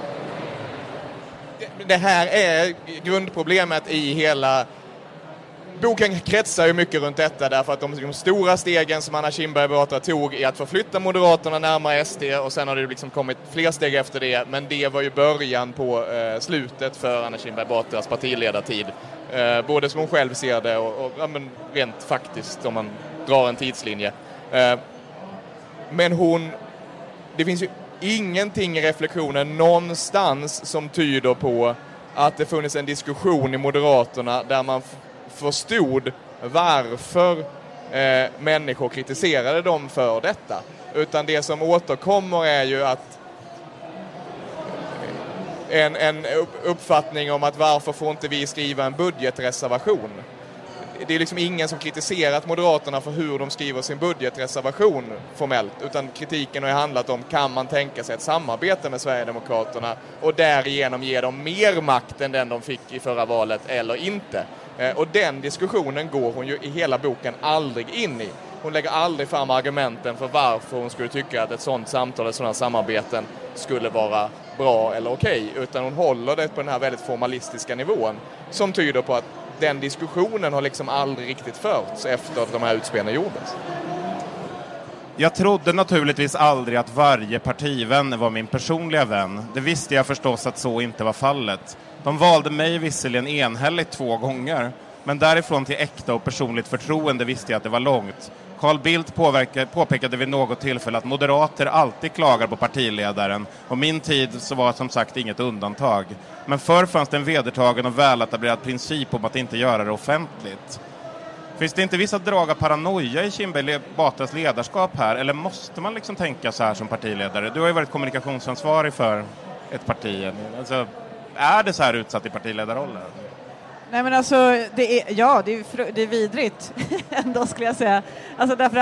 Det här är grundproblemet i hela boken kretsar ju mycket runt detta därför att de stora stegen som Anna Kinberg Batra tog i att förflytta Moderaterna närmare SD och sen har det liksom kommit fler steg efter det, men det var ju början på slutet för Anna Kinberg Batras partiledartid. Både som hon själv ser det och ja, men rent faktiskt om man drar en tidslinje. Men det finns ju ingenting i reflektionen någonstans som tyder på att det funnits en diskussion i Moderaterna där man förstod varför människor kritiserade dem för detta. Utan det som återkommer är ju att en uppfattning om att varför får inte vi skriva en budgetreservation. Det är liksom ingen som kritiserat Moderaterna för hur de skriver sin budgetreservation formellt, utan kritiken har ju handlat om kan man tänka sig ett samarbete med Sverigedemokraterna och därigenom ge dem mer makt än den de fick i förra valet eller inte. Och den diskussionen går hon ju i hela boken aldrig in i. Hon lägger aldrig fram argumenten för varför hon skulle tycka att ett sådant samtal eller sådana samarbeten skulle vara bra eller okej, utan hon håller det på den här väldigt formalistiska nivån som tyder på att den diskussionen har liksom aldrig riktigt förts efter att de här utspelen gjordes. Jag trodde naturligtvis aldrig att varje partivän var min personliga vän. Det visste jag förstås att så inte var fallet. De valde mig visserligen enhälligt 2 gånger, men därifrån till äkta och personligt förtroende visste jag att det var långt. Carl Bildt påpekade vid något tillfälle att moderater alltid klagar på partiledaren, och min tid så var som sagt inget undantag. Men förr fanns det en vedertagen och väletablerad princip om att inte göra det offentligt. Finns det inte vissa drag av paranoia i Kinberg Batras ledarskap här, eller måste man liksom tänka så här som partiledare? Du har ju varit kommunikationsansvarig för ett parti. Alltså, är det så här utsatt i partiledarrollen? Nej, men alltså, det är vidrigt ändå, skulle jag säga. Alltså därför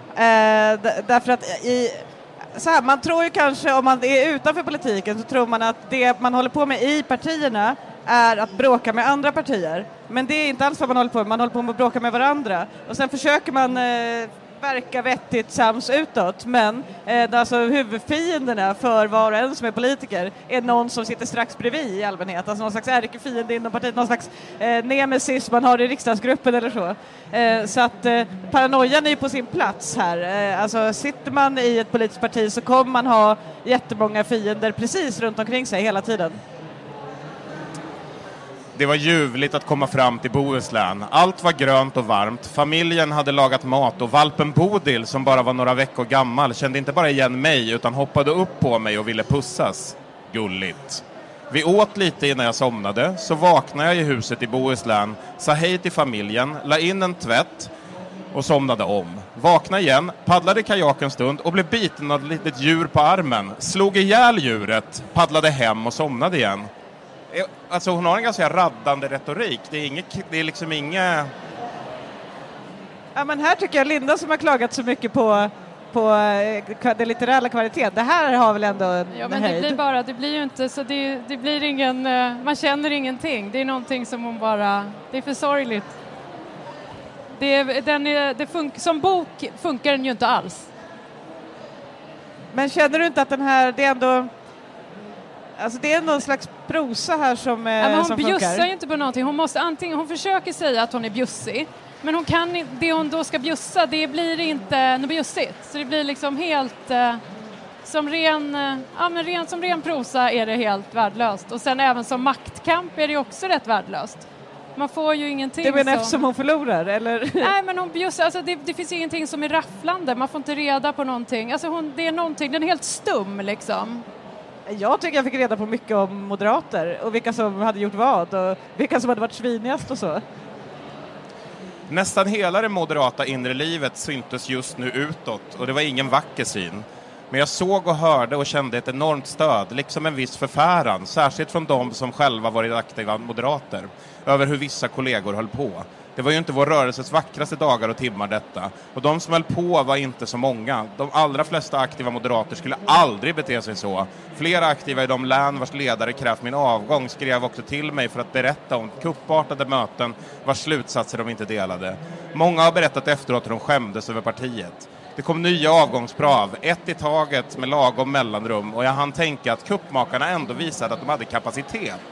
att så här, man tror ju kanske, om man är utanför politiken så tror man att det man håller på med i partierna är att bråka med andra partier. Men det är inte alls vad man håller på med. Man håller på med att bråka med varandra. Och sen försöker man verka vettigt sams utåt. Men alltså, huvudfienderna för var och en som är politiker är någon som sitter strax bredvid i allmänhet. Alltså någon slags ärkefiende inom partiet. Någon slags nemesis man har i riksdagsgruppen eller så. Så att paranoian är ju på sin plats här. Alltså sitter man i ett politiskt parti så kommer man ha jättemånga fiender precis runt omkring sig hela tiden. Det var ljuvligt att komma fram till Bohuslän. Allt var grönt och varmt. Familjen hade lagat mat och valpen Bodil, som bara var några veckor gammal, kände inte bara igen mig utan hoppade upp på mig och ville pussas. Gulligt. Vi åt lite innan jag somnade, så vaknade jag i huset i Bohuslän, sa hej till familjen, la in en tvätt och somnade om. Vaknade igen, paddlade i kajak en stund och blev biten av ett litet djur på armen. Slog ihjäl djuret, paddlade hem och somnade igen. Alltså hon har en ganska raddande retorik. Det är liksom inget... Ja, men här tycker jag Linda som har klagat så mycket på det litterära kvaliteten. Det här har väl ändå en men höjd. det blir ju inte så det blir ingen, man känner ingenting. Det är någonting som hon bara, det är för sorgligt. Som bok funkar den ju inte alls. Men känner du inte att den här, det är ändå... Alltså det är någon slags prosa här som funkar. Men hon bjussar ju inte på någonting. Hon försöker säga att hon är bjussig. Men hon kan, det hon då ska bjussa, det blir inte något bjussigt. Så det blir liksom helt... som ren prosa är det helt värdelöst. Och sen även som maktkamp är det också rätt värdelöst. Man får ju ingenting. Det menar eftersom hon förlorar, eller? Nej, men hon bjussar, alltså det finns ingenting som är rafflande. Man får inte reda på någonting. Alltså det är någonting, den är helt stum liksom. Jag tycker jag fick reda på mycket om moderater och vilka som hade gjort vad och vilka som hade varit svinigast och så. Nästan hela det moderata inre livet syntes just nu utåt och det var ingen vacker syn. Men jag såg och hörde och kände ett enormt stöd, liksom en viss förfäran, särskilt från de som själva varit aktiva moderater, över hur vissa kollegor höll på. Det var ju inte vår rörelses vackraste dagar och timmar detta. Och de som höll på var inte så många. De allra flesta aktiva moderater skulle aldrig bete sig så. Flera aktiva i de län vars ledare krävt min avgång skrev också till mig för att berätta om kuppartade möten vars slutsatser de inte delade. Många har berättat efteråt hur de skämdes över partiet. Det kom nya avgångskrav, ett i taget med lagom mellanrum, och jag hann tänka att kuppmakarna ändå visade att de hade kapacitet.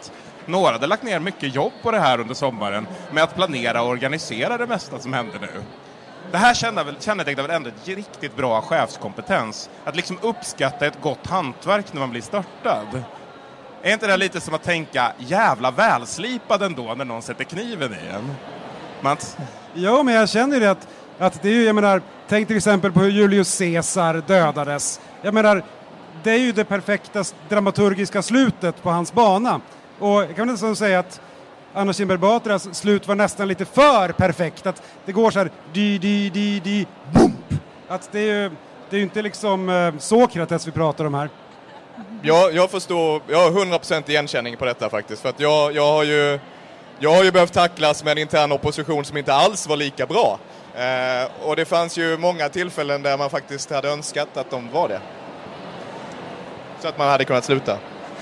Några hade lagt ner mycket jobb på det här under sommaren med att planera och organisera det mesta som händer nu. Det här kännetecknar väl ändå ett riktigt bra chefskompetens. Att liksom uppskatta ett gott hantverk när man blir störtad. Är inte det lite som att tänka jävla välslipad ändå när någon sätter kniven i en? Mats? Ja, men jag känner ju det att det är ju, jag menar, tänk till exempel på hur Julius Caesar dödades. Jag menar, det är ju det perfekta dramaturgiska slutet på hans bana. Och jag kan väl nästan säga att Anna Kinberg Batras slut var nästan lite för perfekt. Att det går så här, di, bump. Att det är ju inte liksom Sokrates vi pratar om här. Jag förstår, jag har 100% igenkänning på detta faktiskt. För att jag har ju behövt tacklas med en intern opposition som inte alls var lika bra. Och det fanns ju många tillfällen där man faktiskt hade önskat att de var det. Så att man hade kunnat sluta.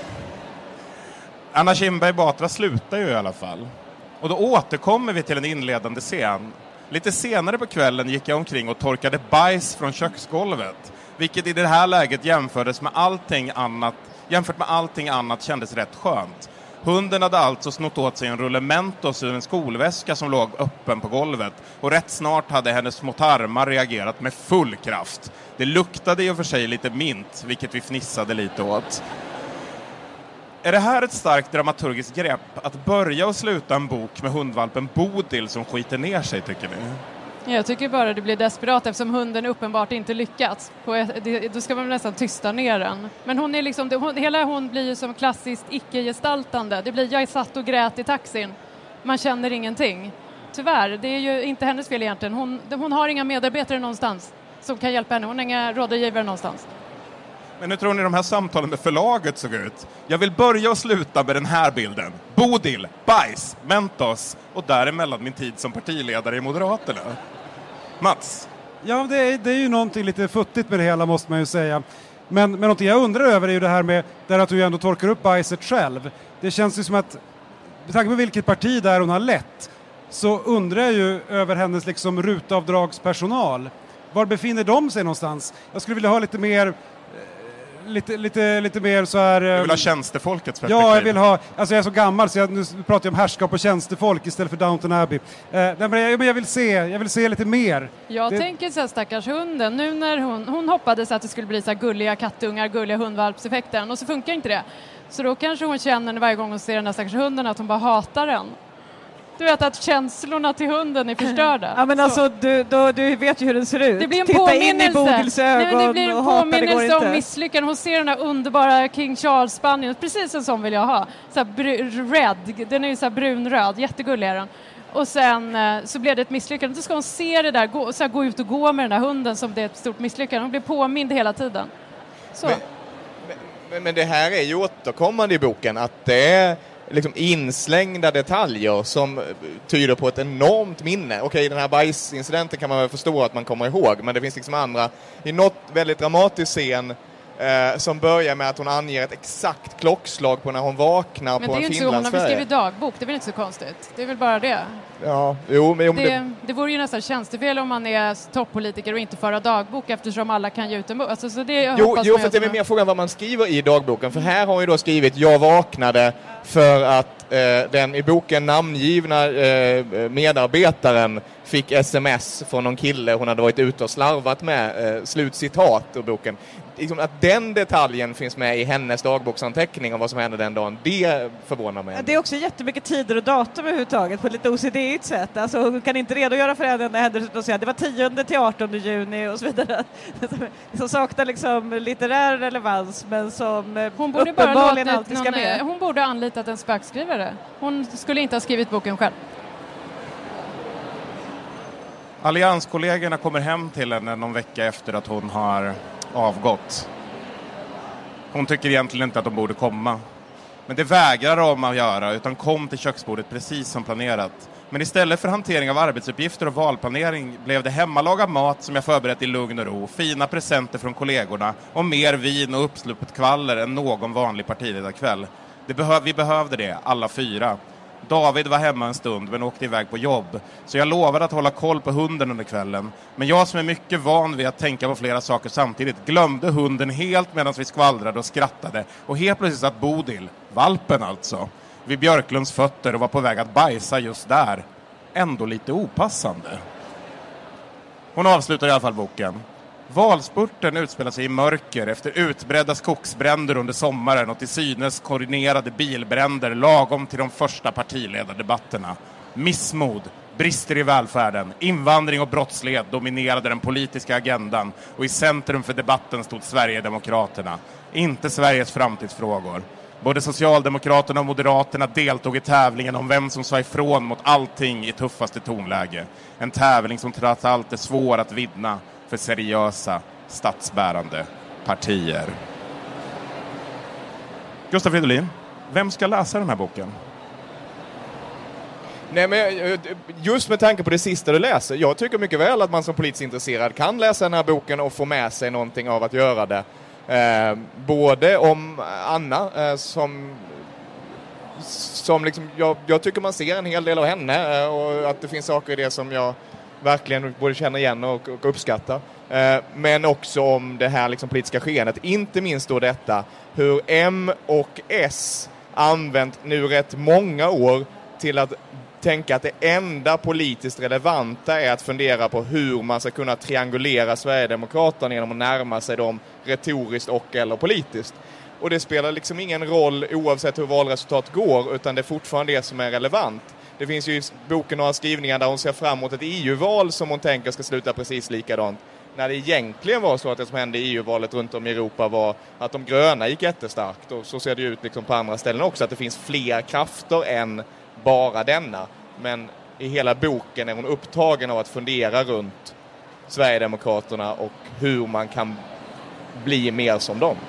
Anna Kinberg Batra slutar ju i alla fall. Och då återkommer vi till en inledande scen. Lite senare på kvällen gick jag omkring och torkade bajs från köksgolvet. Vilket i det här läget jämfört med allting annat kändes rätt skönt. Hunden hade alltså snott åt sig en rulle Mentos ur en skolväska som låg öppen på golvet. Och rätt snart hade hennes små tarmar reagerat med full kraft. Det luktade i och för sig lite mint, vilket vi fnissade lite åt. Är det här ett starkt dramaturgiskt grepp att börja och sluta en bok med hundvalpen Bodil som skiter ner sig, tycker ni? Jag tycker bara det blir desperat eftersom hunden uppenbart inte lyckats. Då ska man nästan tysta ner den. Men hon är liksom, hela hon blir ju som klassiskt icke-gestaltande. Det blir jag satt och grät i taxin. Man känner ingenting. Tyvärr, det är ju inte hennes fel egentligen. Hon har inga medarbetare någonstans som kan hjälpa henne. Hon har inga rådgivare någonstans. Men hur tror ni de här samtalen med förlaget såg ut? Jag vill börja och sluta med den här bilden. Bodil, bajs, Mentos och däremellan min tid som partiledare i Moderaterna. Mats? Ja, det är ju någonting lite futtigt med det hela, måste man ju säga. Men någonting jag undrar över är ju det här med där att du ändå torkar upp bajset själv. Det känns ju som att, med tanke på vilket parti där hon har lett, så undrar jag ju över hennes liksom rutavdragspersonal. Var befinner de sig någonstans? Jag skulle vilja ha lite mer... Lite mer så här... Du vill ha tjänstefolkets perspektiv? Ja, jag vill ha... Alltså jag är så gammal så nu pratar jag om härskap och tjänstefolk istället för Downton Abbey. Men jag vill se lite mer. Jag tänker så här, stackars hunden. Nu när hon hoppades att det skulle bli så här gulliga kattungar, gulliga hundvalpseffekten. Och så funkar inte det. Så då kanske hon känner varje gång hon ser den här stackars hunden att hon bara hatar den. Du vet att känslorna till hunden är förstörda. Ja, men alltså, du vet ju hur den ser ut. Det blir en Titta påminnelse. in i Bodils ögon. Det blir en påminnelse om misslyckanden. Hon ser den här underbara King Charles-spanien. Precis en sån vill jag ha. Så här red. Den är ju så här brunröd. Jättegullig är den. Och sen så blev det ett misslyckande. Då ska hon se det där. Gå ut och gå med den här hunden som det är ett stort misslyckande. Hon blir påmind hela tiden. Så. Men det här är ju återkommande i boken. Att det är... liksom inslängda detaljer som tyder på ett enormt minne. Okej, den här bajsincidenten kan man väl förstå att man kommer ihåg, men det finns liksom andra. I något väldigt dramatisk scen som börjar med att hon anger ett exakt klockslag på när hon vaknar på en Finlandsfärja. Men det är ju inte så, hon har beskrivit dagbok, det är väl inte så konstigt. Det är väl bara det. Ja, jo, men det vore ju nästan tjänstefel om man är toppolitiker och inte föra dagbok eftersom alla kan ge ut en bok. Alltså, så det jo, för det är mer frågan vad man skriver i dagboken. För här har hon ju då skrivit jag vaknade för att den i boken namngivna medarbetaren fick sms från någon kille hon hade varit ute och slarvat med. Slutcitat ur boken. Liksom att den detaljen finns med i hennes dagboksanteckning om vad som hände den dagen, det förvånar mig. Det är också jättemycket tider och datum överhuvudtaget på ett lite OCD-igt sätt. Alltså hon kan inte redogöra för en enda händelse och säga det var 10 till 18 juni och så vidare. Som saknar liksom litterär relevans men som hon borde uppenbarligen alltid ska med. Hon borde ha anlitat en spökskrivare. Hon skulle inte ha skrivit boken själv. Allianskollegorna kommer hem till henne någon vecka efter att hon har avgått. Hon tycker egentligen inte att de borde komma. Men det vägrar de att göra utan kom till köksbordet precis som planerat. Men istället för hantering av arbetsuppgifter och valplanering blev det hemmalagad mat som jag förberett i lugn och ro, fina presenter från kollegorna och mer vin och uppsluppet kvaller än någon vanlig partiledarkväll. Vi behövde det, alla 4. David var hemma en stund men åkte iväg på jobb. Så jag lovade att hålla koll på hunden under kvällen. Men jag som är mycket van vid att tänka på flera saker samtidigt glömde hunden helt medan vi skvallrade och skrattade. Och helt plötsligt satt Bodil, valpen alltså, vid Björklunds fötter och var på väg att bajsa just där. Ändå lite opassande. Hon avslutar i alla fall boken. Valspurten utspelar sig i mörker efter utbredda skogsbränder under sommaren och till synes koordinerade bilbränder lagom till de första partiledardebatterna. Missmod, brister i välfärden, invandring och brottslighet dominerade den politiska agendan och i centrum för debatten stod Sverigedemokraterna, inte Sveriges framtidsfrågor. Både Socialdemokraterna och Moderaterna deltog i tävlingen om vem som sa ifrån mot allting i tuffaste tonläge. En tävling som trots allt är svår att vinna för seriösa, statsbärande partier. Gustav Fridolin, vem ska läsa den här boken? Nej, men just med tanke på det sista du läser, jag tycker mycket väl att man som politiskt intresserad kan läsa den här boken och få med sig någonting av att göra det. Både om Anna som liksom, jag tycker man ser en hel del av henne och att det finns saker i det som jag verkligen både känner igen och uppskattar. Men också om det här liksom politiska skeendet. Inte minst då detta hur M och S använt nu rätt många år till att tänka att det enda politiskt relevanta är att fundera på hur man ska kunna triangulera Sverigedemokraterna genom att närma sig dem retoriskt och eller politiskt. Och det spelar liksom ingen roll oavsett hur valresultat går, utan det är fortfarande det som är relevant. Det finns ju i boken några skrivningar där hon ser fram emot ett EU-val som hon tänker ska sluta precis likadant. När det egentligen var så att det som hände i EU-valet runt om i Europa var att de gröna gick jättestarkt. Och så ser det ut liksom på andra ställen också, att det finns fler krafter än bara denna. Men i hela boken är hon upptagen av att fundera runt Sverigedemokraterna och hur man kan bli mer som dem.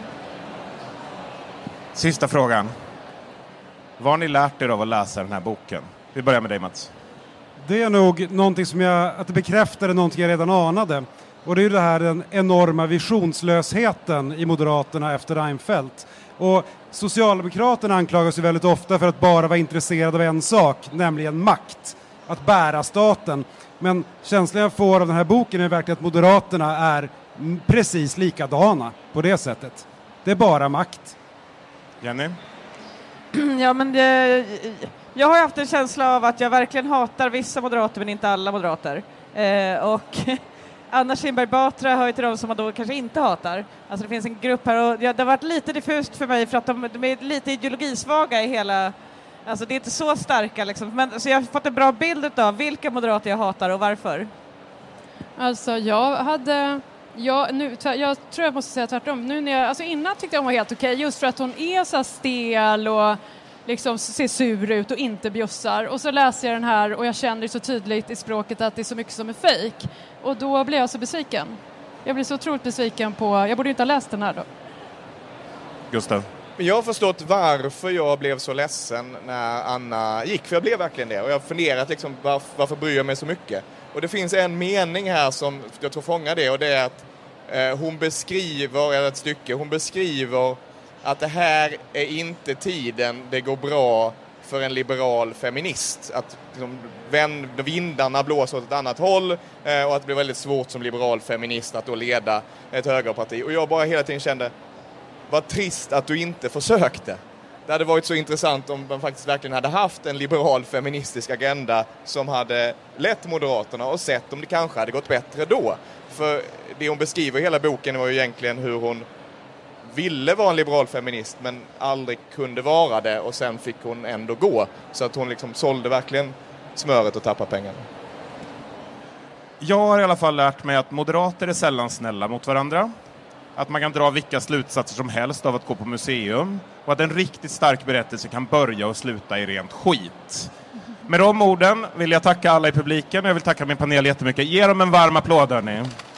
Sista frågan. Vad har ni lärt er av att läsa den här boken? Vi börjar med dig, Mats. Det är nog någonting att det bekräftade någonting jag redan anade. Och det är ju det här den enorma visionslösheten i Moderaterna efter Reinfeldt. Och Socialdemokraterna anklagas ju väldigt ofta för att bara vara intresserade av en sak, nämligen makt. Att bära staten. Men känslan jag får av den här boken är verkligen att Moderaterna är precis likadana på det sättet. Det är bara makt. Jenny? Ja, men jag har haft en känsla av att jag verkligen hatar vissa moderater men inte alla moderater. Och Anna Kinberg Batra hör ju till dem som man då kanske inte hatar. Alltså det finns en grupp här och det har varit lite diffust för mig för att de är lite ideologisvaga i hela... Alltså det är inte så starka liksom. Men, så jag har fått en bra bild av vilka moderater jag hatar och varför. Alltså jag tror jag måste säga tvärtom. Nu när alltså innan tyckte jag hon var helt okej, just för att hon är så stel och liksom ser sur ut och inte bjussar. Och så läser jag den här och jag känner så tydligt i språket att det är så mycket som är fejk. Och då blir jag så besviken. Jag blir så otroligt besviken på... Jag borde inte ha läst den här då. Gustav? Jag har förstått varför jag blev så ledsen när Anna gick. För jag blev verkligen det. Och jag har funderat liksom, varför bryr jag mig så mycket? Och det finns en mening här som jag tror fångar det. Och det är att hon beskriver att det här är inte tiden det går bra för en liberal feminist. Att liksom, vindarna blåser åt ett annat håll och att det blir väldigt svårt som liberal feminist att då leda ett högerparti. Och jag bara hela tiden kände, vad trist att du inte försökte. Det hade varit så intressant om man faktiskt verkligen hade haft en liberal feministisk agenda som hade lett Moderaterna och sett om det kanske hade gått bättre då. För det hon beskriver i hela boken var ju egentligen hur hon ville vara en liberal feminist men aldrig kunde vara det och sen fick hon ändå gå. Så att hon liksom sålde verkligen smöret och tappade pengarna. Jag har i alla fall lärt mig att moderater är sällan snälla mot varandra. Att man kan dra vilka slutsatser som helst av att gå på museum. Och att en riktigt stark berättelse kan börja och sluta i rent skit. Med de orden vill jag tacka alla i publiken och jag vill tacka min panel jättemycket. Ge dem en varm applåd, hörni.